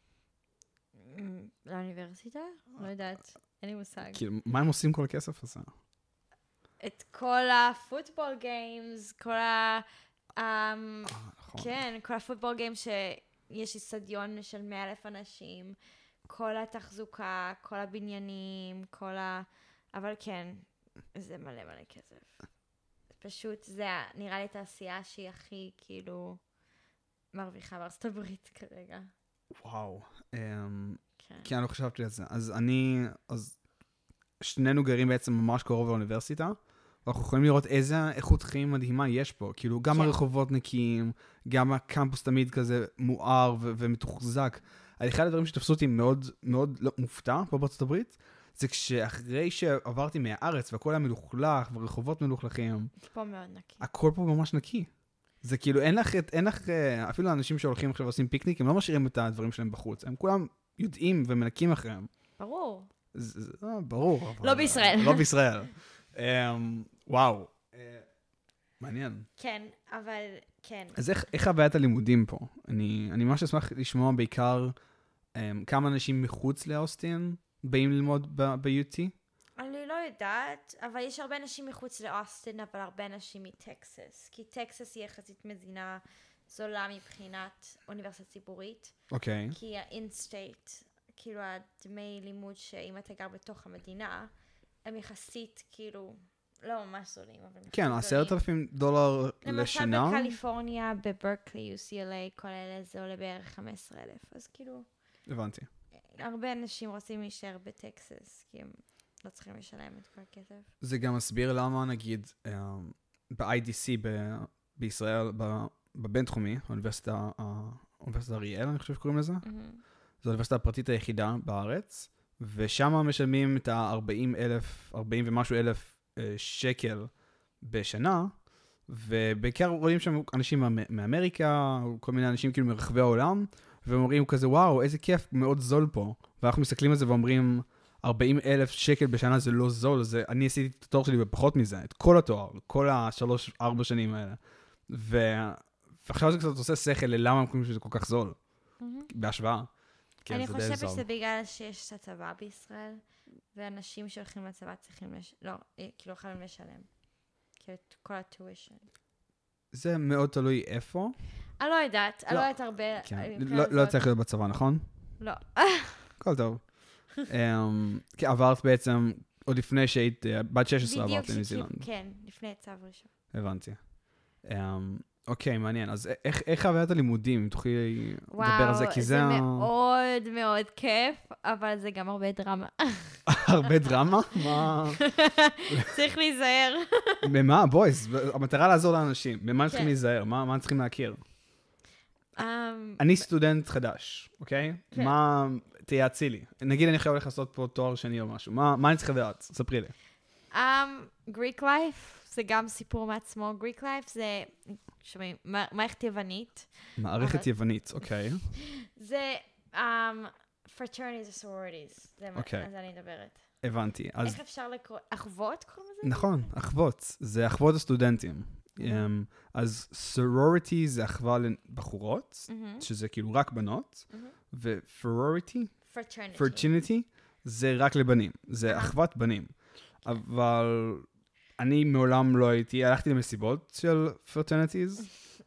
לאוניברסיטה? לא יודעת, אין לי מושג. כאילו, מה הם עושים כל הכסף הזה? את כל הפוטבול גיימס, כל ה... כן, כל הפוטבול גיימס שיש אצטדיון של מאה אלף אנשים, כל התחזוקה, כל הבניינים, כל ה... אבל כן, זה מלא מלא כסף. פשוט זה נראה לי תעשייה שהיא הכי כאילו מרוויחה בארצות הברית כרגע. וואו. כי אני לא חשבתי על זה. אז אני, אז שנינו גרים בעצם ממש קרוב לאוניברסיטה, ואנחנו יכולים לראות איזה איכות חיים מדהימה יש פה. כאילו, גם הרחובות נקיים, גם הקמפוס תמיד כזה מואר ו- ומתוחזק. אחד הדברים שתפסו אותי מאוד, מאוד לא, מופתע פה בארצות הברית, זה כשאחרי שעברתי מהארץ, והכל היה מלוכלך, ורחובות מלוכלכים. פה מאוד נקי. הכל פה ממש נקי. זה כאילו, אין לך, אין לך, אפילו האנשים שהולכים עכשיו ועושים פיקניק, הם לא משאירים את הדברים שלהם בחוץ. הם כולם יודעים ומנקים אחריהם. ברור. זה, זה, ברור. לא בישראל. לא בישראל. וואו. מעניין. כן, אבל כן. אז איך, איך חוויית הלימודים פה? אני, אני ממש אשמח לשמוע בעיקר כמה אנשים מחוץ לאוסטין באים ללמוד ב-יו טי. אני לא יודעת, אבל יש הרבה אנשים מחוץ לאוסטין, אבל הרבה אנשים מטקסס. כי טקסס היא יחסית מדינה זולה מבחינת אוניברסיטה ציבורית. אוקיי. Okay. כי ה-in-state, כאילו הדמי לימוד שאם אתה גר בתוך המדינה, הם יחסית כאילו לא ממש זולים. כן, עשרת אלפים דולר לשנה. למשל בקליפורניה, בברקלי, יו סי אל איי, כל אלה זה עולה בערך חמישה עשר אלף. אז כאילו... הבנתי. הרבה אנשים רוצים להישאר בטקסס, כי הם לא צריכים לשלם את כל הכסף. זה גם מסביר למה, נגיד, ב-איי די סי בישראל, בבינתחומי, האוניברסיטה אריאל, אני חושב שקוראים לזה. זו האוניברסיטה הפרטית היחידה בארץ, ושם משלמים את ה-ארבעים אלף, ארבעים ומשהו אלף שקל בשנה, ובעיקר רואים שם אנשים מאמריקה, כל מיני אנשים כאילו מרחבי העולם, ואומרים כזה, וואו, איזה כיף, מאוד זול פה. ואנחנו מסתכלים על זה ואומרים, ארבעים אלף שקל בשנה זה לא זול, זה, אני עשיתי את התואר שלי בפחות מזה, את כל התואר, כל השלוש, ארבע שנים האלה. ו... ועכשיו זה קצת עושה שכל ללמה הם קוראים שזה כל כך זול, mm-hmm. בהשוואה. אני חושבת שזה בגלל שיש את הצבא בישראל, ואנשים שהולכים לצבא צריכים, לש... לא, כאילו יכולים לשלם. כאילו את כל הטווישן. זה מאוד תלוי איפה. אני לא יודעת, אני לא יודעת הרבה. לא צריך להיות בצבא, נכון? לא. הכל טוב. כי עברת בעצם, עוד לפני שהיית, בת שש עשרה עברת לניו זילנד. כן, לפני צו ראשון. הבנתי. אוקיי, מעניין. אז איך חוויית הלימודים? אם תוכלי לדבר על זה, כי זה... וואו, זה מאוד מאוד כיף, אבל זה גם הרבה דרמה. הרבה דרמה? מה? צריך להיזהר. במה? בואי, המטרה לעזור לאנשים. במה צריכים להיזהר? מה צריכים להכיר? אני סטודנט חדש, אוקיי? מה... תייעצי לי. נגיד אני חייב לעשות פה תואר שני או משהו. מה אני צריך לדעת? ספרי לי. גריק לייף, זה גם סיפור מעצמו. גריק לייף זה... שומעים, מערכת יוונית. מערכת יוונית, אוקיי. זה fraternities ו sororities. זה מה אני מדברת. הבנתי. איך אפשר לקרוא? אחוות קוראים לזה? נכון, אחוות. זה אחוות הסטודנטים. אז sorority זה אחווה לבחורות, שזה כאילו רק בנות, ו-sorority, fraternity, זה רק לבנים. זה אחוות בנים. אבל... אני מעולם לא הייתי, הלכתי למסיבות של fraternities,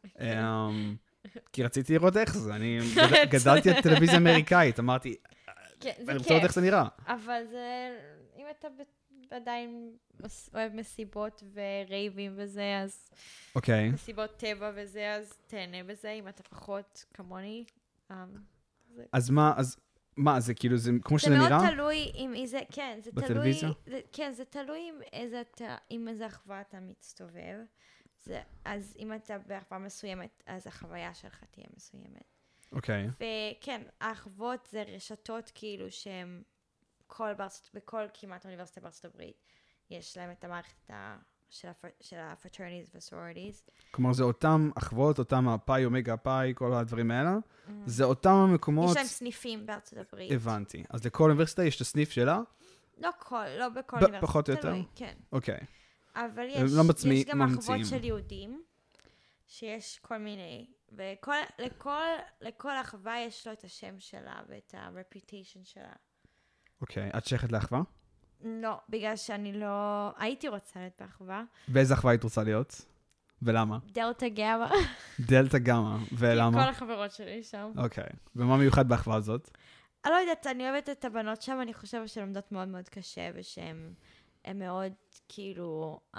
כי רציתי לראות איך זה, אני גדלתי על טלוויזיה אמריקאית, אמרתי, אני רוצה לראות איך זה נראה. אבל זה, אם אתה עדיין אוהב מסיבות ורייבים וזה, אז... אוקיי. מסיבות טבע וזה, אז תהנה בזה, אם אתה פחות כמוני. אז מה, אז מה, זה כאילו, זה כמו שזה נראה? זה מאוד תלוי עם איזה, כן, זה תלוי... בטלוויזיה? כן, זה תלוי עם איזה, עם איזה אחווה אתה מצטובב. אז אם אתה באחווה מסוימת, אז החוויה שלך תהיה מסוימת. אוקיי. וכן, האחוות זה רשתות כאילו שהן בכל כמעט אוניברסיטה בארצות הברית, יש להם את המערכת של ה-fraternities ו-sororities. כלומר, זה אותם אחוות, אותם הפאי, אומגה פאי, כל הדברים האלה. זה אותם המקומות... יש להם סניפים בארצות הברית. הבנתי. אז לכל אוניברסיטה יש את הסניף שלה? לא כל, לא בכל אוניברסיטה. פחות או יותר? כן. אוקיי. אבל יש, לא מצמיא, יש גם לא אחוות ממציאים. של יהודים, שיש כל מיני, וכל, לכל, לכל אחווה יש לו את השם שלה ואת ה-reputation שלה. אוקיי, את שייכת לאחווה? לא, בגלל שאני לא, הייתי רוצה להיות באחווה. באיזה אחווה היית רוצה להיות? ולמה? דלטה גאמה. דלטה גאמה, ולמה? כל החברות שלי שם. אוקיי, ומה מיוחד באחווה הזאת? אני לא יודעת, אני אוהבת את הבנות שם, אני חושבת שהן לומדות מאוד מאוד קשה, ושהן מאוד, כאילו, um,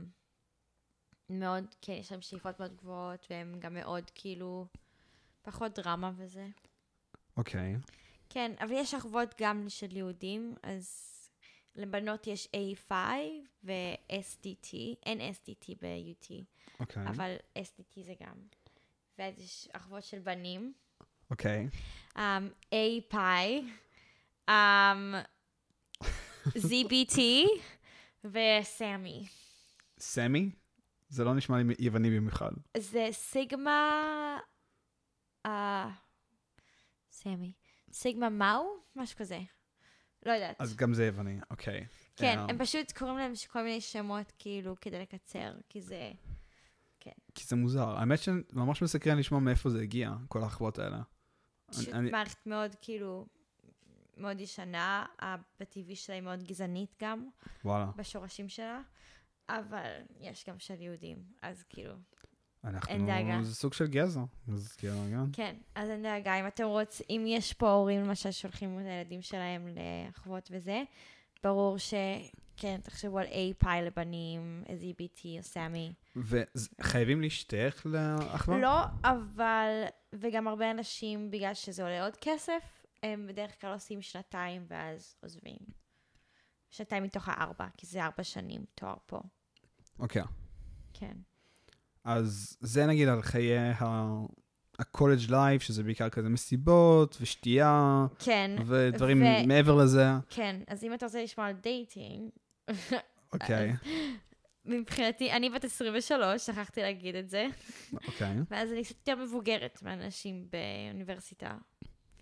מאוד, כן, יש להם שאיפות מאוד גבוהות, והן גם מאוד, כאילו, פחות דרמה וזה. אוקיי. כן, אבל יש אחוות גם של יהודים, אז לבנות יש איי פייב ו-אס די טי, אין אס די טי ב-יו טי, אוקיי. אבל אס די טי זה גם. ואז יש אחוות של בנים. אוקיי. Um, איי פאי, um, זי בי טי וסמי. סמי? זה לא נשמע לי יווני במיוחד. זה סיגמה... Uh, סמי. סיגמה מאו? משהו כזה. לא יודעת. אז גם זה יווני, אוקיי. כן, הם פשוט קוראים להם כל מיני שמות כאילו כדי לקצר, כי זה... כן. כי זה מוזר. האמת שממש מסקרן לשמוע מאיפה זה הגיע, כל האחוות האלה. פשוט מערכת מאוד כאילו... מאוד ישנה, בטבעי שלה היא מאוד גזענית גם. וואלה. בשורשים שלה. אבל יש גם של יהודים, אז כאילו... אנחנו, אין דאגה. זה סוג של גזע. אז כאילו, כן. כן, אז אין דאגה. אם אתם רוצים, אם יש פה הורים למשל שולחים את הילדים שלהם לאחוות וזה, ברור שכן, תחשבו על איי פאי לבנים, זי בי טי או סמי. וחייבים להשתייך לאחווה? לא, אבל, וגם הרבה אנשים, בגלל שזה עולה עוד כסף, הם בדרך כלל עושים שנתיים ואז עוזבים. שנתיים מתוך הארבע, כי זה ארבע שנים תואר פה. אוקיי. כן. אז זה נגיד על חיי ה-college life, שזה בעיקר כזה מסיבות ושתייה. כן. ודברים ו... מעבר לזה. כן, אז אם אתה רוצה לשמוע על דייטינג, אוקיי. מבחינתי, אני בת עשרים ושלוש, שכחתי להגיד את זה. אוקיי. ואז אני קצת יותר מבוגרת מאנשים באוניברסיטה. ו...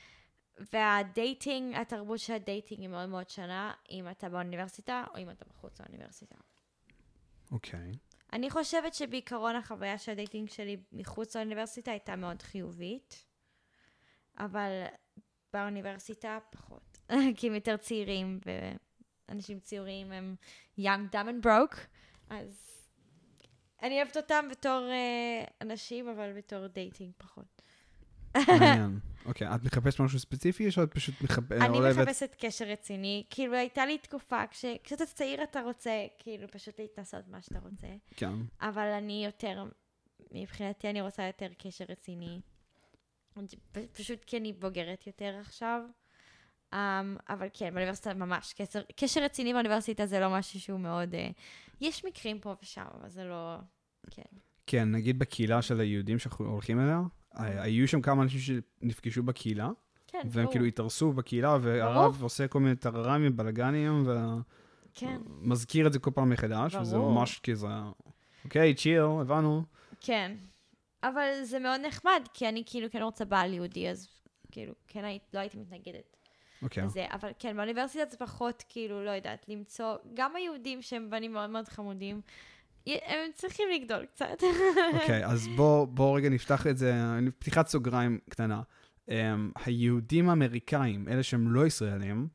והדייטינג, התרבות של הדייטינג היא מאוד מאוד שונה, אם אתה באוניברסיטה או אם אתה בחוץ לאוניברסיטה. אוקיי. אני חושבת שבעיקרון החוויה של הדייטינג שלי מחוץ לאוניברסיטה הייתה מאוד חיובית, אבל באוניברסיטה פחות. כי הם יותר צעירים, ואנשים צעירים הם young, dumb and broke, אז אני אוהבת אותם בתור uh, אנשים, אבל בתור דייטינג פחות. מעניין. אוקיי, את מחפשת משהו ספציפי, או שאת פשוט מחפשת... אני מחפשת קשר רציני. כאילו, הייתה לי תקופה, כשאתה צעיר אתה רוצה, כאילו, פשוט להתנסות מה שאתה רוצה. כן. אבל אני יותר, מבחינתי אני רוצה יותר קשר רציני. פשוט כי אני בוגרת יותר עכשיו. אבל כן, באוניברסיטה ממש, קשר רציני באוניברסיטה זה לא משהו שהוא מאוד... יש מקרים פה ושם, אבל זה לא... כן. כן, נגיד בקהילה של היהודים שאנחנו הולכים אליה, היו שם כמה אנשים שנפגשו בקהילה, והם כאילו התארסו בקהילה, והרב עושה כל מיני טררמים, בלגנים, ומזכיר את זה כל פעם מחדש, וזה ממש כזה, אוקיי, צ'יל, הבנו. כן, אבל זה מאוד נחמד, כי אני כאילו כן רוצה בעל יהודי, אז כאילו, כן, לא הייתי מתנגדת. אוקיי. אבל כן, באוניברסיטה זה פחות, כאילו, לא יודעת, למצוא, גם היהודים שהם בנים מאוד מאוד חמודים, הם צריכים לגדול קצת. אוקיי, אז בואו רגע נפתח את זה, פתיחת סוגריים קטנה. היהודים האמריקאים, אלה שהם לא ישראלים,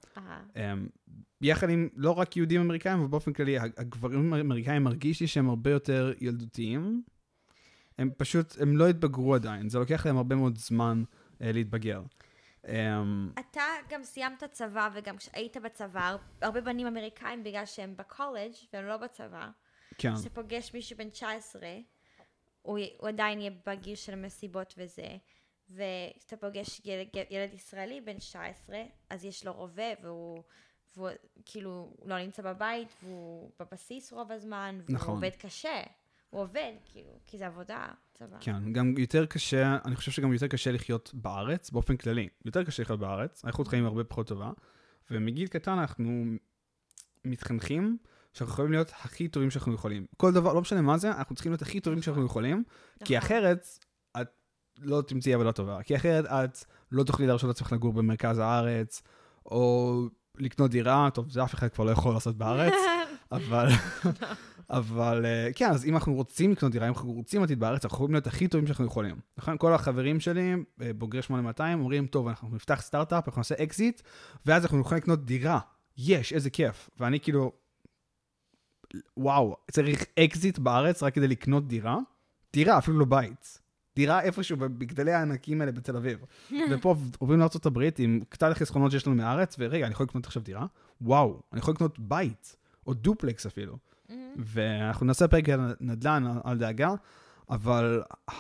יחד עם לא רק יהודים אמריקאים, אבל באופן כללי, הגברים האמריקאים מרגיש לי שהם הרבה יותר ילדותיים. הם פשוט, הם לא התבגרו עדיין, זה לוקח להם הרבה מאוד זמן להתבגר. אתה גם סיימת צבא, וגם כשהיית בצבא, הרבה בנים אמריקאים, בגלל שהם בקולג' והם לא בצבא, כן. כשאתה פוגש מישהו בן תשע עשרה, הוא, הוא עדיין יהיה בגיל של המסיבות וזה, וכשאתה פוגש ילד, ילד ישראלי בן תשע עשרה, אז יש לו רובה, והוא, והוא כאילו לא נמצא בבית, והוא בבסיס רוב הזמן, והוא נכון. עובד קשה. הוא עובד, כאילו, כי זה עבודה, צבא. כן, גם יותר קשה, אני חושב שגם יותר קשה לחיות בארץ, באופן כללי. יותר קשה לחיות בארץ, האיכות חיים הרבה פחות טובה, ומגיל קטן אנחנו מתחנכים שאנחנו יכולים להיות הכי טובים שאנחנו יכולים. כל דבר, לא משנה מה זה, אנחנו צריכים להיות הכי טובים שאנחנו יכולים, כי אחרת את לא תמצאי עבודה טובה, כי אחרת את לא תוכלי להרשות לעצמך לגור במרכז הארץ, או לקנות דירה, טוב, זה אף אחד כבר לא יכול לעשות בארץ, אבל... אבל כן, אז אם אנחנו רוצים לקנות דירה, אם אנחנו רוצים עתיד בארץ, אנחנו יכולים להיות הכי טובים שאנחנו יכולים. נכון? כל החברים שלי, בוגרי שמונה מאתיים, אומרים, טוב, אנחנו נפתח סטארט-אפ, אנחנו נעשה אקזיט, ואז אנחנו נוכל לקנות דירה. יש, איזה כיף. ואני כאילו, וואו, צריך אקזיט בארץ רק כדי לקנות דירה? דירה, אפילו לא בית. דירה איפשהו בגדלי הענקים האלה בתל אביב. ופה עוברים לארצות הברית עם קטע החסכונות שיש לנו מהארץ, ורגע, אני יכול לקנות עכשיו דירה? וואו, אני יכול לקנות בית, או דופלקס אפילו. ואנחנו נעשה פרק נדל"ן על דאגה, אבל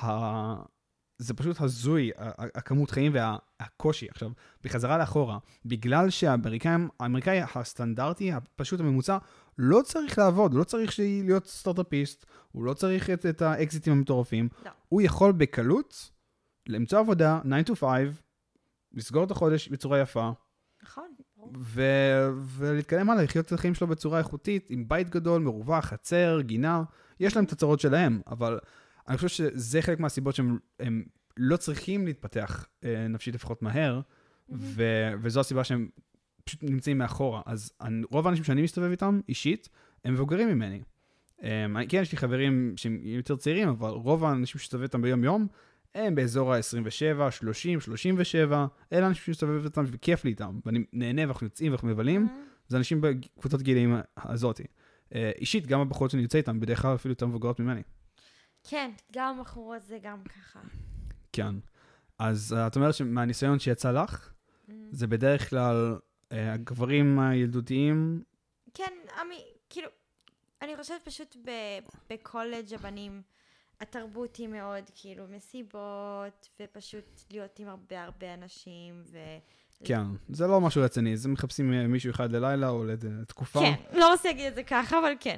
זה פשוט הזוי, הכמות חיים והקושי. עכשיו, בחזרה לאחורה, בגלל שהאמריקאים, האמריקאי הסטנדרטי, הפשוט הממוצע, לא צריך לעבוד, הוא לא צריך להיות סטארט-אפיסט, הוא לא צריך את, את האקזיטים המטורפים, לא. הוא יכול בקלות למצוא עבודה, nine to five, לסגור את החודש בצורה יפה, נכון. ו- ולהתקדם הלאה, לחיות את החיים שלו בצורה איכותית, עם בית גדול, מרווח, חצר, גינה, יש להם את הצרות שלהם, אבל אני חושב שזה חלק מהסיבות שהם הם לא צריכים להתפתח אה, נפשית לפחות מהר, mm-hmm. ו- וזו הסיבה שהם פשוט נמצאים מאחורה. אז אני, רוב האנשים שאני מסתובב איתם, אישית, הם מבוגרים ממני. אה, כן, יש לי חברים שהם יותר צעירים, אבל רוב האנשים שסתובב איתם ביום יום, הם באזור ה-עשרים ושבע, שלושים, שלושים ושבע, אלה אנשים שמסתובב אותם וכיף לי איתם, ואני נהנה ואנחנו יוצאים ואנחנו מבלים, mm-hmm. זה אנשים בקבוצות גילאים הזאת. אישית, גם הבחורות שאני יוצא איתם, בדרך כלל אפילו יותר מבוגרות ממני. כן, גם הבחורות זה גם ככה. כן. אז את אומרת שמהניסיון שיצא לך, mm-hmm. זה בדרך כלל הגברים הילדותיים? כן, עמי, כאילו, אני חושבת פשוט בקולג' הבנים, התרבות היא מאוד, כאילו, מסיבות, ופשוט להיות עם הרבה הרבה אנשים, ו... כן, זה לא משהו רציני, זה מחפשים מישהו אחד ללילה או לתקופה. כן, לא רוצה להגיד את זה ככה, אבל כן.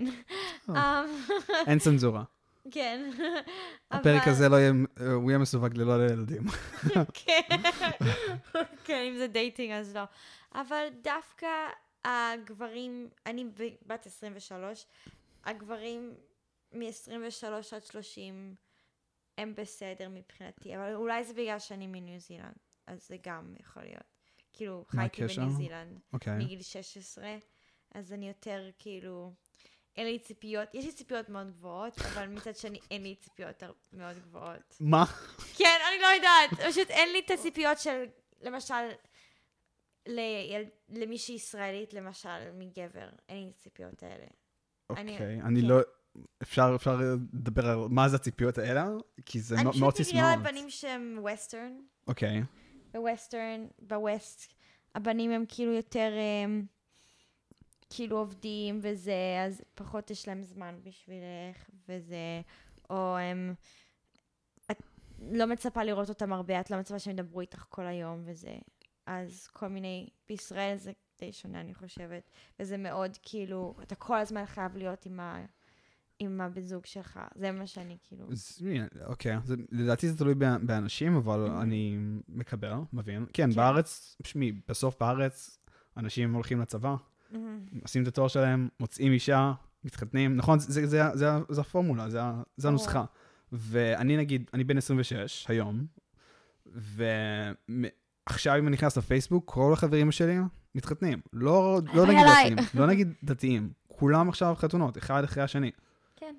אין צנזורה. כן. הפרק הזה לא יהיה, הוא יהיה מסווג ללא לילדים. כן, כן, אם זה דייטינג אז לא. אבל דווקא הגברים, אני בת עשרים ושלוש, הגברים... מ-עשרים ושלוש עד שלושים הם בסדר מבחינתי, אבל אולי זה בגלל שאני מניו זילנד, אז זה גם יכול להיות. כאילו, חייתי בניו זילנד okay. מגיל שש עשרה, אז אני יותר כאילו, אין לי ציפיות, יש לי ציפיות מאוד גבוהות, אבל מצד שני אין לי ציפיות מאוד גבוהות. מה? כן, אני לא יודעת, פשוט אין לי את הציפיות של, למשל, ליל... למישהי ישראלית, למשל, מגבר, אין לי ציפיות האלה. אוקיי, אני, אני כן. לא... אפשר, אפשר לדבר על מה זה הציפיות האלה? כי זה מאוד סיסמאות. אני חושבת בגלל הבנים שהם ווסטרן. אוקיי. בווסטרן, בווסט, הבנים הם כאילו יותר, הם, כאילו עובדים וזה, אז פחות יש להם זמן בשבילך, וזה, או הם, את לא מצפה לראות אותם הרבה, את לא מצפה שהם ידברו איתך כל היום וזה. אז כל מיני, בישראל זה די שונה אני חושבת, וזה מאוד כאילו, אתה כל הזמן חייב להיות עם ה... עם הבן זוג שלך, זה מה שאני כאילו... אוקיי, לדעתי זה תלוי באנשים, אבל אני מקבל, מבין. כן, בארץ, שמי, בסוף בארץ, אנשים הולכים לצבא, עושים את התואר שלהם, מוצאים אישה, מתחתנים, נכון, זה הפורמולה, זה הנוסחה. ואני נגיד, אני בן עשרים ושש היום, ועכשיו אם אני נכנס לפייסבוק, כל החברים שלי מתחתנים. לא נגיד דתיים, לא נגיד דתיים. כולם עכשיו חתונות, אחד אחרי השני. כן.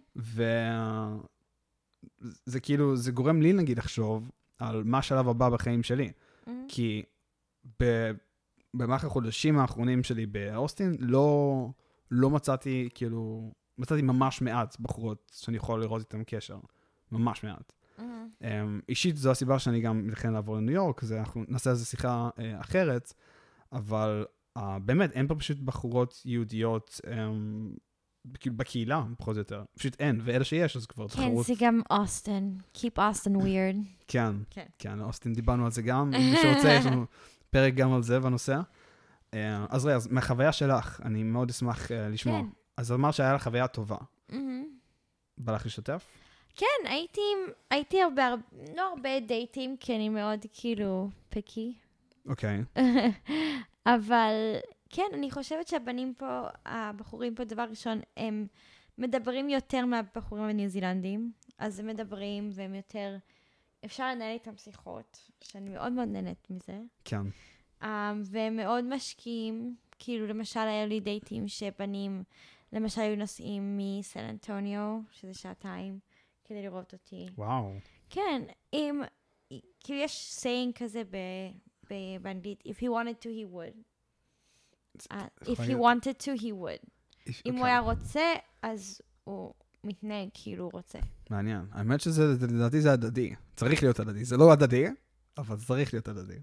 וזה כאילו, זה גורם לי נגיד לחשוב על מה השלב הבא בחיים שלי. Mm-hmm. כי ב... במהלך החודשים האחרונים שלי באוסטין, לא, לא מצאתי, כאילו, מצאתי ממש מעט בחורות שאני יכול לראות איתן קשר. ממש מעט. אישית זו הסיבה שאני גם מתכנן לעבור לניו יורק, אז אנחנו נעשה איזו שיחה אחרת, אבל באמת אין פה פשוט בחורות יהודיות בקהילה, פחות או יותר. פשוט אין, ואלה שיש, אז כבר תחרות. כן, זה גם אוסטין. Keep Austin weird. כן, כן, אוסטין, דיברנו על זה גם. מי שרוצה, יש לנו פרק גם על זה בנושא. אז ראה, מהחוויה שלך, אני מאוד אשמח לשמוע. אז אמר שהיה לה חוויה טובה. בא לך לשתף? כן, הייתי, הייתי הרבה, לא הרבה דייטים, כי אני מאוד כאילו פיקי. אוקיי. אבל כן, אני חושבת שהבנים פה, הבחורים פה, דבר ראשון, הם מדברים יותר מהבחורים הניו זילנדים, אז הם מדברים והם יותר, אפשר לנהל איתם שיחות, שאני מאוד מאוד נהנית מזה. כן. Um, והם מאוד משקיעים, כאילו למשל היו לי דייטים שבנים, למשל היו נוסעים מסן אנטוניו, שזה שעתיים, כדי לראות אותי. וואו. כן, אם, כאילו יש saying כזה ב, ב, באנגלית, if he wanted to, he would. Uh, if he wanted to, he would. If, אם okay. הוא היה רוצה, אז הוא מתנהג כאילו הוא רוצה. מעניין. האמת שזה, לדעתי זה הדדי. צריך להיות הדדי. זה לא הדדי, אבל צריך להיות הדדי.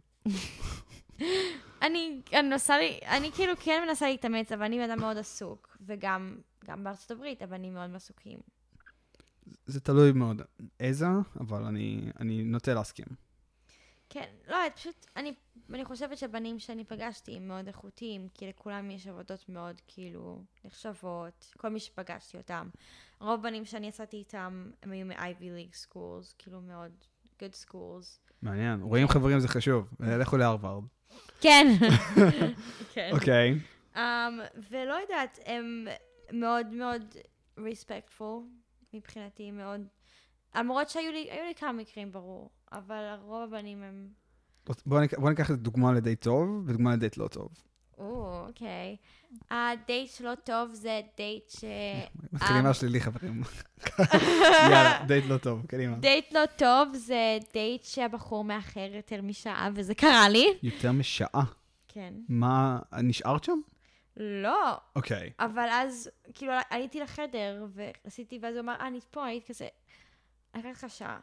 אני, אני נוסע לי, אני כאילו כן מנסה להתאמץ, אבל אני אדם מאוד עסוק, וגם, גם בארצות הברית, אבל אני מאוד מסוקים. זה תלוי מאוד איזה, אבל אני, אני נוטה להסכים. כן, לא, פשוט, אני, אני חושבת שבנים שאני פגשתי הם מאוד איכותיים, כי לכולם יש עבודות מאוד כאילו נחשבות, כל מי שפגשתי אותם. רוב בנים שאני יצאתי איתם, הם היו מ-Ivy League schools, כאילו מאוד good schools. מעניין, רואים חברים זה חשוב, לכו להרווארד. כן. אוקיי. ולא יודעת, הם מאוד מאוד respectful מבחינתי, מאוד, למרות שהיו לי, היו לי כמה מקרים ברור, אבל הרוב הבנים הם... בוא ניקח את דוגמה לדייט טוב, ודוגמה לדייט לא טוב. או, אוקיי. הדייט לא טוב זה דייט ש... מתחילים מהשלילי, חברים. יאללה, דייט לא טוב, קדימה. דייט לא טוב זה דייט שהבחור מאחר יותר משעה, וזה קרה לי. יותר משעה? כן. מה, נשארת שם? לא. אוקיי. אבל אז, כאילו, עליתי לחדר, ועשיתי, ואז הוא אמר, אה, אני פה, היית כזה, אני אקח לך שעה.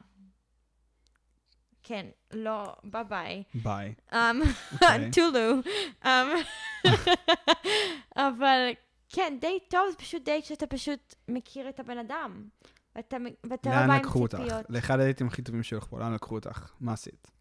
כן, לא, ביי ביי. ביי. טולו. אבל כן, דייט טוב זה פשוט דייט שאתה פשוט מכיר את הבן אדם. ואתה לא בא עם ציפיות. לאחד הדייטים הכי טובים שלך פה, לאן לקחו אותך? מה עשית?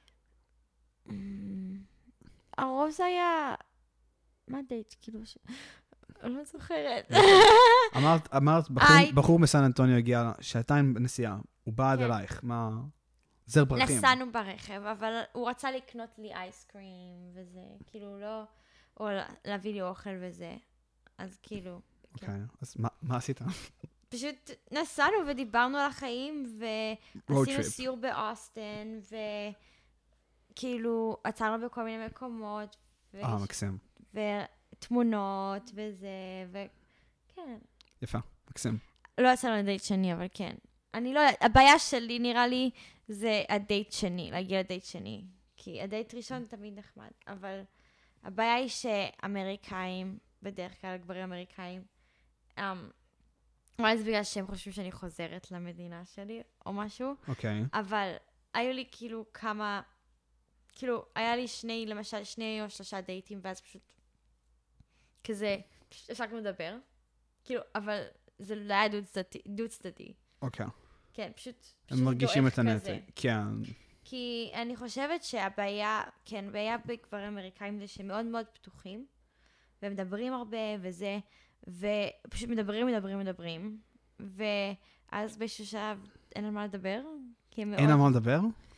הרוב זה היה... מה דייט? כאילו ש... אני לא זוכרת. אמרת, בחור מסן אנטוניו הגיע שעתיים בנסיעה. הוא בא עד אלייך. מה... זר פרחים. נסענו ברכב, אבל הוא רצה לקנות לי אייסקרים וזה, כאילו לא, או להביא לי אוכל וזה, אז כאילו. אוקיי, okay. אז מה, מה עשית? פשוט נסענו ודיברנו על החיים, ועשינו סיור באוסטין, וכאילו עצרנו בכל מיני מקומות. אה, מקסים. ותמונות וזה, וכן. יפה, מקסים. לא יצאנו לדייט שני, אבל כן. אני לא יודעת, הבעיה שלי נראה לי זה הדייט שני, להגיע לדייט שני. כי הדייט ראשון תמיד נחמד, אבל הבעיה היא שאמריקאים, בדרך כלל גברים אמריקאים, um, אולי זה בגלל שהם חושבים שאני חוזרת למדינה שלי, או משהו. אוקיי. Okay. אבל היו לי כאילו כמה, כאילו, היה לי שני, למשל, שני או שלושה דייטים, ואז פשוט כזה, פשוט הפסקנו לדבר. כאילו, אבל זה לא היה דו צדדי. אוקיי. כן, פשוט, פשוט הם מרגישים את הנתק. כן. כי אני חושבת שהבעיה, כן, הבעיה בגברים אמריקאים זה שהם מאוד מאוד פתוחים, והם מדברים הרבה וזה, ופשוט מדברים, מדברים, מדברים, ואז באיזשהו שלב אין על מה לדבר, כי הם מאוד... אין על מה לדבר?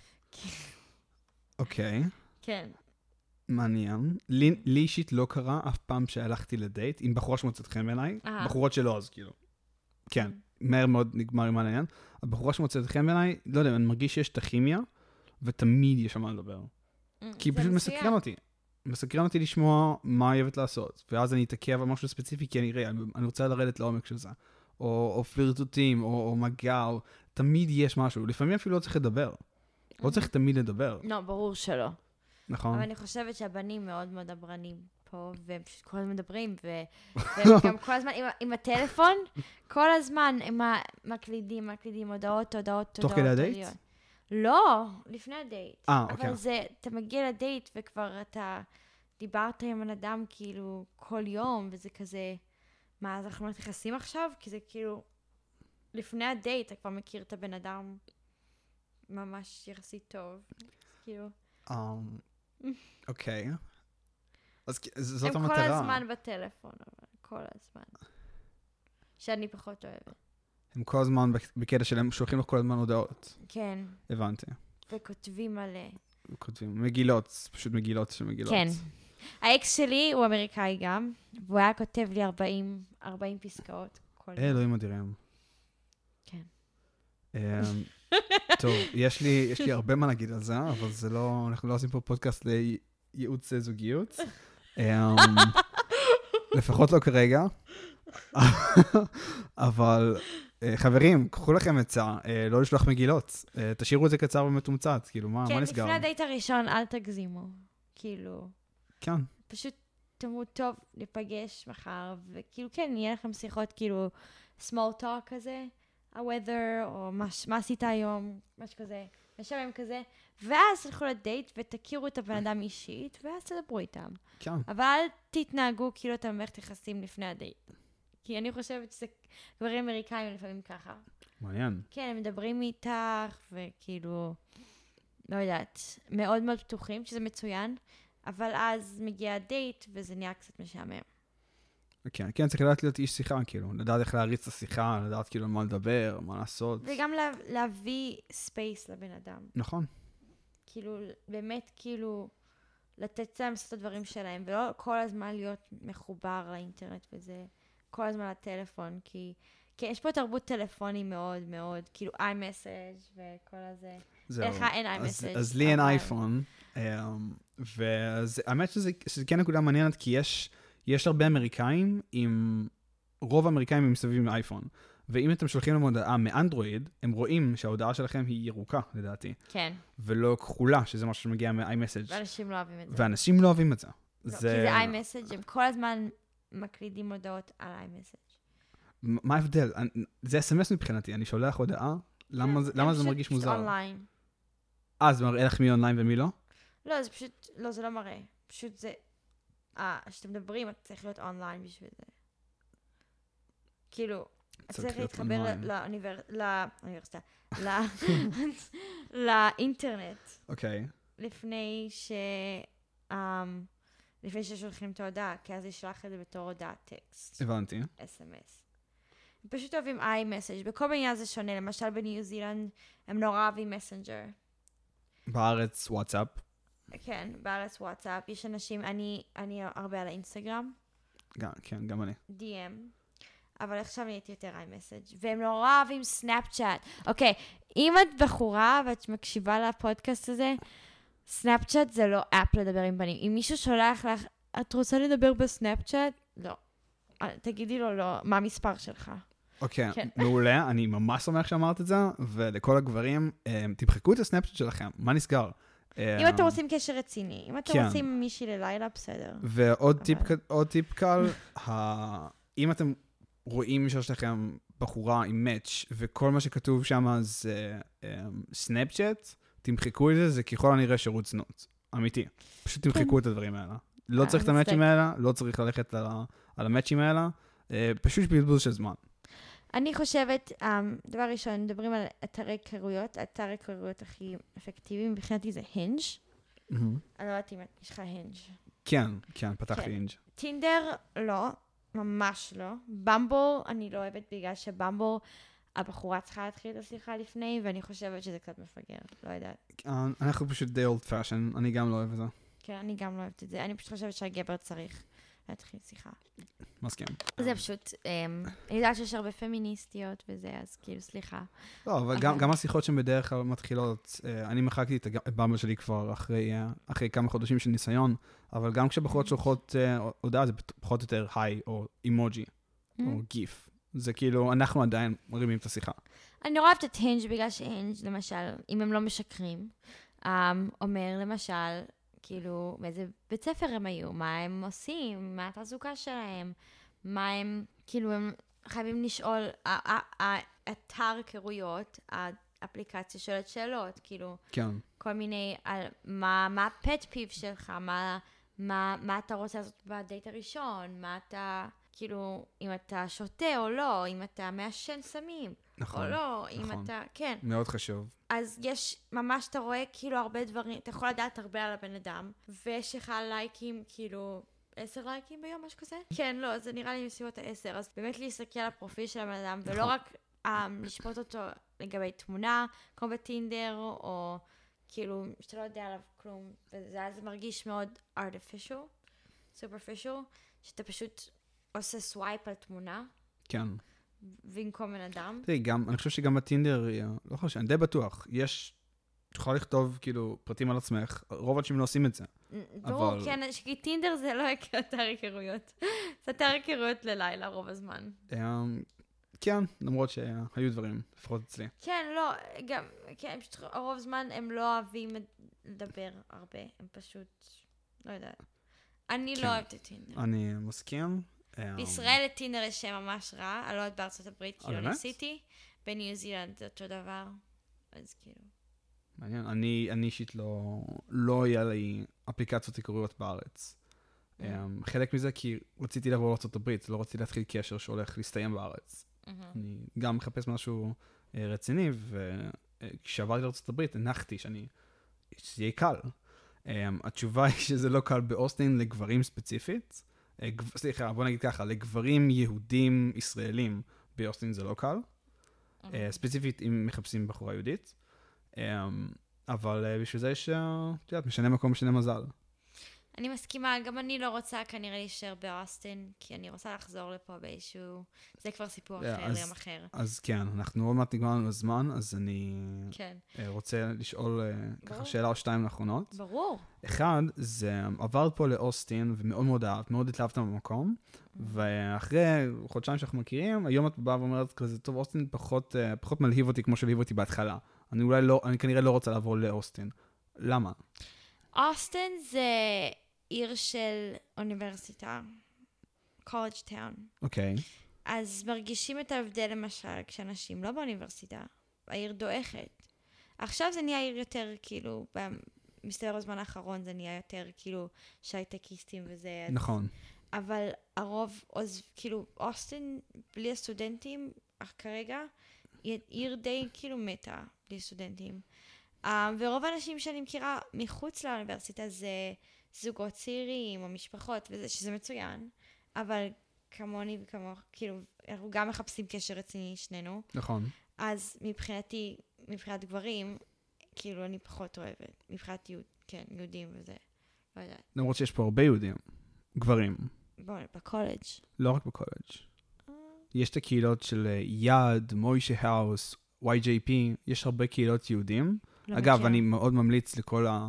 אוקיי. כן. מעניין. לי אישית לא קרה אף פעם שהלכתי לדייט, עם בחורה שמוצאת חן בעיניי, בחורות שלא אז כאילו. כן. מהר מאוד נגמר עם העניין. הבחורה שמוצאת חן בעיניי, לא יודע, אני מרגיש שיש את הכימיה, ותמיד יש מה לדבר. כי פשוט מסקרן אותי. מסקרן אותי לשמוע מה היא אוהבת לעשות. ואז אני אתעכב על משהו ספציפי, כי אני אראה, אני רוצה לרדת לעומק של זה. או, או פלירטוטים, או, או מגע, או... תמיד יש משהו. לפעמים אפילו לא צריך לדבר. לא צריך תמיד לדבר. לא, ברור שלא. נכון. אבל אני חושבת שהבנים מאוד מאוד דברנים פה, והם פשוט כל הזמן מדברים, והם גם כל הזמן עם הטלפון, כל הזמן הם מקלידים, מקלידים הודעות, הודעות, הודעות. תוך כדי הדייט? לא, לפני הדייט. אה, אוקיי. אבל זה, אתה מגיע לדייט, וכבר אתה דיברת עם בן אדם כאילו כל יום, וזה כזה, מה, אז אנחנו מתייחסים עכשיו? כי זה כאילו, לפני הדייט, אתה כבר מכיר את הבן אדם ממש יחסית טוב. כאילו... אוקיי. אז זאת המטרה. הם כל הזמן בטלפון, אבל כל הזמן. שאני פחות אוהבת. הם כל הזמן בקטע שלהם שולחים לך כל הזמן הודעות. כן. הבנתי. וכותבים מלא. כותבים, מגילות, פשוט מגילות של מגילות. כן. האקס שלי הוא אמריקאי גם, והוא היה כותב לי ארבעים, ארבעים פסקאות. אלוהים אדירים. כן. טוב, יש לי, יש לי הרבה מה להגיד על זה, אבל זה לא, אנחנו לא עושים פה פודקאסט לייעוץ זוגיות. לפחות לא כרגע. אבל חברים, קחו לכם עצה, לא לשלוח מגילות. תשאירו את זה קצר ומתומצת, כאילו, מה נסגר? כן, לפני הדייט הראשון, אל תגזימו. כאילו... כן. פשוט תאמרו, טוב, ניפגש מחר, וכאילו, כן, יהיה לכם שיחות, כאילו, small talk כזה. ה-weather, או מה, מה עשית היום, משהו כזה, משלם כזה, ואז תלכו לדייט ותכירו את הבן אדם אישית, ואז תדברו איתם. כן. אבל אל תתנהגו כאילו אתם מערכת יחסים לפני הדייט. כי אני חושבת שזה גברים אמריקאים לפעמים ככה. מעניין. כן, הם מדברים איתך, וכאילו, לא יודעת, מאוד מאוד פתוחים, שזה מצוין, אבל אז מגיע הדייט, וזה נהיה קצת משעמם. כן, כן, צריך לדעת להיות איש שיחה, כאילו, לדעת איך להריץ את השיחה, לדעת כאילו מה לדבר, מה לעשות. וגם לה, להביא ספייס לבן אדם. נכון. כאילו, באמת, כאילו, לתת להם לעשות את הדברים שלהם, ולא כל הזמן להיות מחובר לאינטרנט וזה, כל הזמן לטלפון, כי, כי יש פה תרבות טלפוני מאוד מאוד, כאילו, iMessage וכל הזה. זהו. איך אין iMessage. אז לי אין אייפון, והאמת שזה כן נקודה מעניינת, כי יש... יש הרבה אמריקאים עם, רוב האמריקאים הם מסביב עם אייפון. ואם אתם שולחים להם הודעה מאנדרואיד, הם רואים שההודעה שלכם היא ירוקה, לדעתי. כן. ולא כחולה, שזה משהו שמגיע מ-iMessage. ואנשים לא אוהבים את זה. ואנשים לא אוהבים את זה. לא, זה... כי זה iMessage, הם כל הזמן מקלידים הודעות על iMessage. מה ההבדל? זה אס אם אס מבחינתי, אני שולח הודעה, למה, זה, למה זה מרגיש מוזר? פשוט אונליין. אה, זה מראה לך מי אונליין ומי לא? לא, זה פשוט, לא, זה לא מראה. פשוט זה... אה, כשאתם מדברים, אתה צריך להיות אונליין בשביל זה. כאילו, אתה צריך להתחבר לאוניברסיטה, לאינטרנט. אוקיי. לפני ש... לפני ששולחים את ההודעה, כי אז ישלח את זה בתור הודעת טקסט. הבנתי. אס אם אס. הם פשוט אוהבים iMessage. בכל מיני זה שונה. למשל בניו זילנד, הם נורא אוהבים מסנג'ר. בארץ וואטסאפ. כן, בארץ וואטסאפ, יש אנשים, אני, אני הרבה על האינסטגרם. גם, כן, גם אני. די אם. אבל עכשיו נהייתי יותר iMessage. והם נורא אוהבים סנאפצ'אט. אוקיי, אם את בחורה ואת מקשיבה לפודקאסט הזה, סנאפצ'אט זה לא אפ לדבר עם בנים. אם מישהו שולח לך, את רוצה לדבר בסנאפצ'אט? לא. תגידי לו לא, מה המספר שלך? אוקיי, מעולה, אני ממש שמח שאמרת את זה, ולכל הגברים, תמחקו את הסנאפצ'אט שלכם, מה נסגר? אם אתם רוצים קשר רציני, אם אתם רוצים מישהי ללילה, בסדר. ועוד טיפ קל, אם אתם רואים שיש לכם בחורה עם מאץ' וכל מה שכתוב שם זה סנאפצ'אט, תמחקו את זה, זה ככל הנראה שירות זנות. אמיתי. פשוט תמחקו את הדברים האלה. לא צריך את המאצ'ים האלה, לא צריך ללכת על המאצ'ים האלה, פשוט בלבול של זמן. אני חושבת, דבר ראשון, מדברים על אתרי היכרויות, אתר היכרויות הכי אפקטיביים, מבחינתי זה הינג'. אני לא יודעת אם יש לך הינג'. כן, כן, פתחתי הינג'. טינדר, לא, ממש לא. במבל, אני לא אוהבת בגלל שבמבל, הבחורה צריכה להתחיל את השיחה לפני, ואני חושבת שזה קצת מפגר, לא יודעת. אנחנו פשוט די אולד פאשן, אני גם לא אוהב את זה. כן, אני גם לא אוהבת את זה. אני פשוט חושבת שהגבר צריך להתחיל שיחה. מסכים. זה פשוט, אני יודעת שיש הרבה פמיניסטיות וזה, אז כאילו, סליחה. לא, אבל גם השיחות שהן בדרך כלל מתחילות, אני מחקתי את במבל שלי כבר אחרי כמה חודשים של ניסיון, אבל גם כשבחורות שולחות הודעה, זה פחות או יותר היי, או אימוג'י, או גיף. זה כאילו, אנחנו עדיין מרימים את השיחה. אני נורא אוהבת את הינג' בגלל שהינג', למשל, אם הם לא משקרים, אומר, למשל, כאילו, באיזה בית ספר הם היו, מה הם עושים, מה התעסוקה שלהם, מה הם, כאילו, הם חייבים לשאול, האתר היכרויות, האפליקציה שואלת שאלות, כאילו, כן. כל מיני, על מה, מה הפט פיב שלך, מה, מה, מה אתה רוצה לעשות בדייט הראשון, מה אתה, כאילו, אם אתה שותה או לא, אם אתה מעשן סמים, נכון, או לא, נכון. אם אתה, כן. מאוד חשוב. אז יש, ממש אתה רואה כאילו הרבה דברים, אתה יכול לדעת הרבה על הבן אדם, ויש לך לייקים, כאילו, עשר לייקים ביום, משהו כזה? כן, לא, זה נראה לי מסיבות העשר, אז באמת להסתכל על הפרופיל של הבן אדם, ולא רק um, לשפוט אותו לגבי תמונה, כמו בטינדר, או כאילו, שאתה לא יודע עליו כלום, וזה אז מרגיש מאוד artificial, superficial, שאתה פשוט עושה סווייפ על תמונה. כן. במקום בן אדם. תראי, גם, אני חושב שגם בטינדר, לא חושב, אני די בטוח, יש, את יכולה לכתוב כאילו פרטים על עצמך, רוב האנשים לא עושים את זה. ברור, כן, כי טינדר זה לא אתר היכרויות. זה אתר היכרויות ללילה רוב הזמן. כן, למרות שהיו דברים, לפחות אצלי. כן, לא, גם, כן, פשוט רוב הזמן הם לא אוהבים לדבר הרבה, הם פשוט, לא יודעת. אני לא אוהבת את טינדר. אני מסכים. בישראל לטינדר יש שם ממש רע, אני לא יודעת בארצות הברית, כאילו ניסיתי, בניו זילנד זה אותו דבר, אז כאילו. מעניין, אני אישית לא היה לי אפליקציות היכרויות בארץ. חלק מזה כי רציתי לעבור לארצות הברית, לא רציתי להתחיל קשר שהולך להסתיים בארץ. אני גם מחפש משהו רציני, וכשעברתי לארצות הברית הנחתי שאני, שזה יהיה קל. התשובה היא שזה לא קל באוסטין לגברים ספציפית, סליחה, בוא נגיד ככה, לגברים יהודים ישראלים באוסטין זה לא קל, ספציפית אם מחפשים בחורה יהודית, אבל בשביל זה יש, את יודעת, משנה מקום, משנה מזל. אני מסכימה, גם אני לא רוצה כנראה להישאר באוסטין, כי אני רוצה לחזור לפה באיזשהו, זה כבר סיפור אחר, יום אחר. אז כן, אנחנו עוד מעט נגמר לנו הזמן, אז אני רוצה לשאול ככה שאלה או שתיים לאחרונות. ברור. אחד, זה עברת פה לאוסטין, ומאוד מאוד אהבת, מאוד התלהבת במקום, ואחרי חודשיים שאנחנו מכירים, היום את באה ואומרת כזה, טוב, אוסטין פחות מלהיב אותי כמו שלהיב אותי בהתחלה. אני אולי לא, אני כנראה לא רוצה לעבור לאוסטין. למה? אוסטין זה עיר של אוניברסיטה, קולג' טאון. אוקיי. אז מרגישים את ההבדל למשל כשאנשים לא באוניברסיטה, העיר דועכת. עכשיו זה נהיה עיר יותר כאילו, במסתבר הזמן האחרון זה נהיה יותר כאילו שייטקיסטים וזה. נכון. אבל הרוב, אז כאילו אוסטין בלי הסטודנטים, אך כרגע עיר די כאילו מתה בלי סטודנטים. Um, ורוב האנשים שאני מכירה מחוץ לאוניברסיטה זה זוגות צעירים או משפחות, וזה, שזה מצוין, אבל כמוני וכמוך, כאילו, אנחנו גם מחפשים קשר רציני שנינו. נכון. אז מבחינתי, מבחינת גברים, כאילו אני פחות אוהבת, מבחינת יהוד, כן, יהודים וזה, לא יודעת. למרות שיש פה הרבה יהודים, גברים. בוא, בקולג'. לא רק בקולג'. Uh... יש את הקהילות של יד, מוישה האוס, וואי ג'יי פי, יש הרבה קהילות יהודים. אגב, אני מאוד ממליץ לכל ה...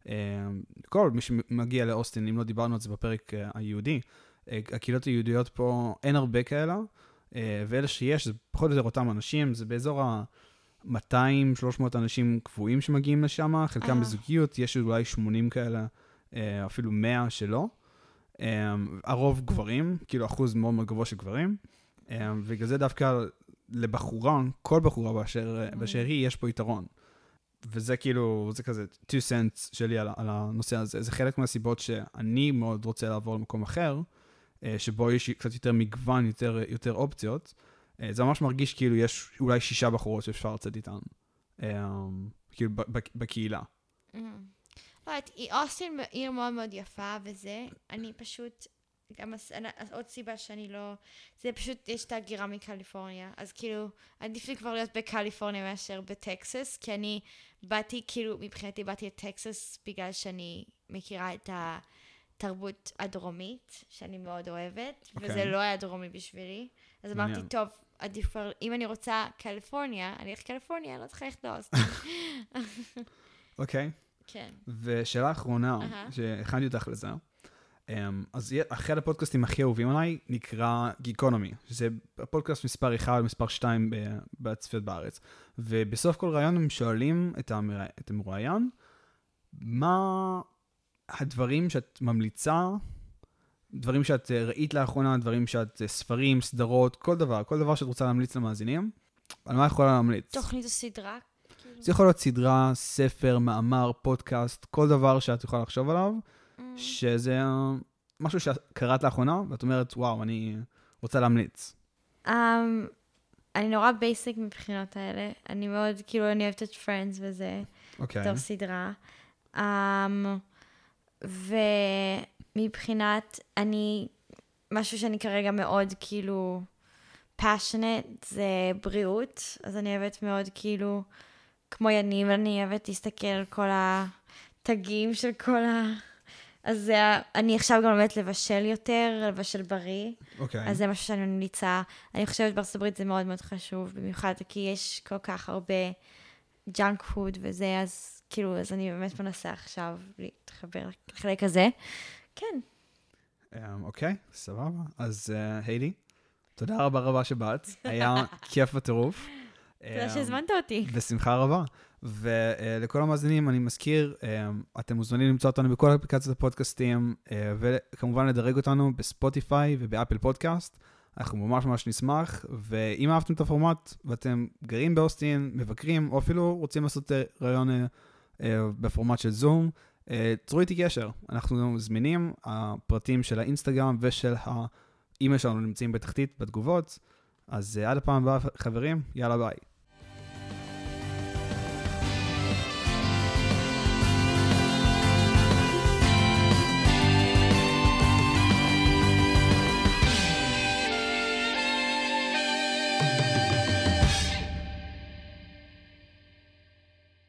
כל מי שמגיע לאוסטין, אם לא דיברנו על זה בפרק היהודי, הקהילות היהודיות פה, אין הרבה כאלה, ואלה שיש, זה פחות או יותר אותם אנשים, זה באזור ה-מאתיים שלוש מאות אנשים קבועים שמגיעים לשם, חלקם בזוגיות, יש אולי שמונים כאלה, אפילו מאה שלא. הרוב גברים, כאילו אחוז מאוד מאוד גבוה של גברים, ובגלל זה דווקא לבחורה, כל בחורה באשר, באשר היא, יש פה יתרון. וזה כאילו, זה כזה two cents שלי על, על הנושא הזה. זה חלק מהסיבות שאני מאוד רוצה לעבור למקום אחר, שבו יש קצת יותר מגוון, יותר, יותר אופציות. זה ממש מרגיש כאילו יש אולי שישה בחורות שאפשר לצאת איתן. כאילו בקהילה. לא, אוסטין עיר מאוד מאוד יפה, וזה, אני פשוט, גם עוד סיבה שאני לא, זה פשוט, יש את הגירה מקליפורניה, אז כאילו, עדיף לי כבר להיות בקליפורניה מאשר בטקסס, כי אני באתי, כאילו, מבחינתי באתי לטקסס, בגלל שאני מכירה את התרבות הדרומית, שאני מאוד אוהבת, okay. וזה לא היה דרומי בשבילי, אז אמרתי, yeah. טוב, עדיף כבר, אם אני רוצה קליפורניה, אני הולכת קליפורניה, אני לא צריכה ללכת לאוסטין. אוקיי. כן. ושאלה האחרונה, שהכנתי אותך לזה, אז אחד הפודקאסטים הכי אהובים עליי נקרא גיקונומי, שזה הפודקאסט מספר אחד, מספר שתיים בצפיות בארץ. ובסוף כל רעיון הם שואלים את המרואיין, מה הדברים שאת ממליצה, דברים שאת ראית לאחרונה, דברים שאת ספרים, סדרות, כל דבר, כל דבר שאת רוצה להמליץ למאזינים, על מה יכולה להמליץ? תוכנית הסדרה? זה יכול להיות סדרה, ספר, מאמר, פודקאסט, כל דבר שאת יכולה לחשוב עליו, שזה משהו שקראת לאחרונה, ואת אומרת, וואו, אני רוצה להמליץ. Um, אני נורא בייסיק מבחינות האלה. אני מאוד, כאילו, אני אוהבת את Friends וזה. אוקיי. בתור סדרה. Um, ומבחינת, אני, משהו שאני כרגע מאוד, כאילו, passionate, זה בריאות. אז אני אוהבת מאוד, כאילו, כמו יניב, אני אוהבת להסתכל על כל התגים של כל ה... אז זה, אני עכשיו גם לומדת לבשל יותר, לבשל בריא. אוקיי. אז זה משהו שאני ממליצה. אני חושבת בארצות הברית זה מאוד מאוד חשוב, במיוחד כי יש כל כך הרבה ג'אנק פוד וזה, אז כאילו, אז אני באמת מנסה עכשיו להתחבר לחלק הזה. כן. אוקיי, סבבה. אז היילי, תודה רבה רבה שבאת. היה כיף בטירוף. תודה שהזמנת אותי. בשמחה רבה. ולכל המאזינים אני מזכיר, אתם מוזמנים למצוא אותנו בכל אפליקציות הפודקאסטים, וכמובן לדרג אותנו בספוטיפיי ובאפל פודקאסט. אנחנו ממש ממש נשמח, ואם אהבתם את הפורמט ואתם גרים באוסטין, מבקרים, או אפילו רוצים לעשות רעיון בפורמט של זום, צרו איתי קשר. אנחנו זמינים, הפרטים של האינסטגרם ושל האימייל שלנו נמצאים בתחתית בתגובות. אז עד הפעם הבאה חברים, יאללה ביי.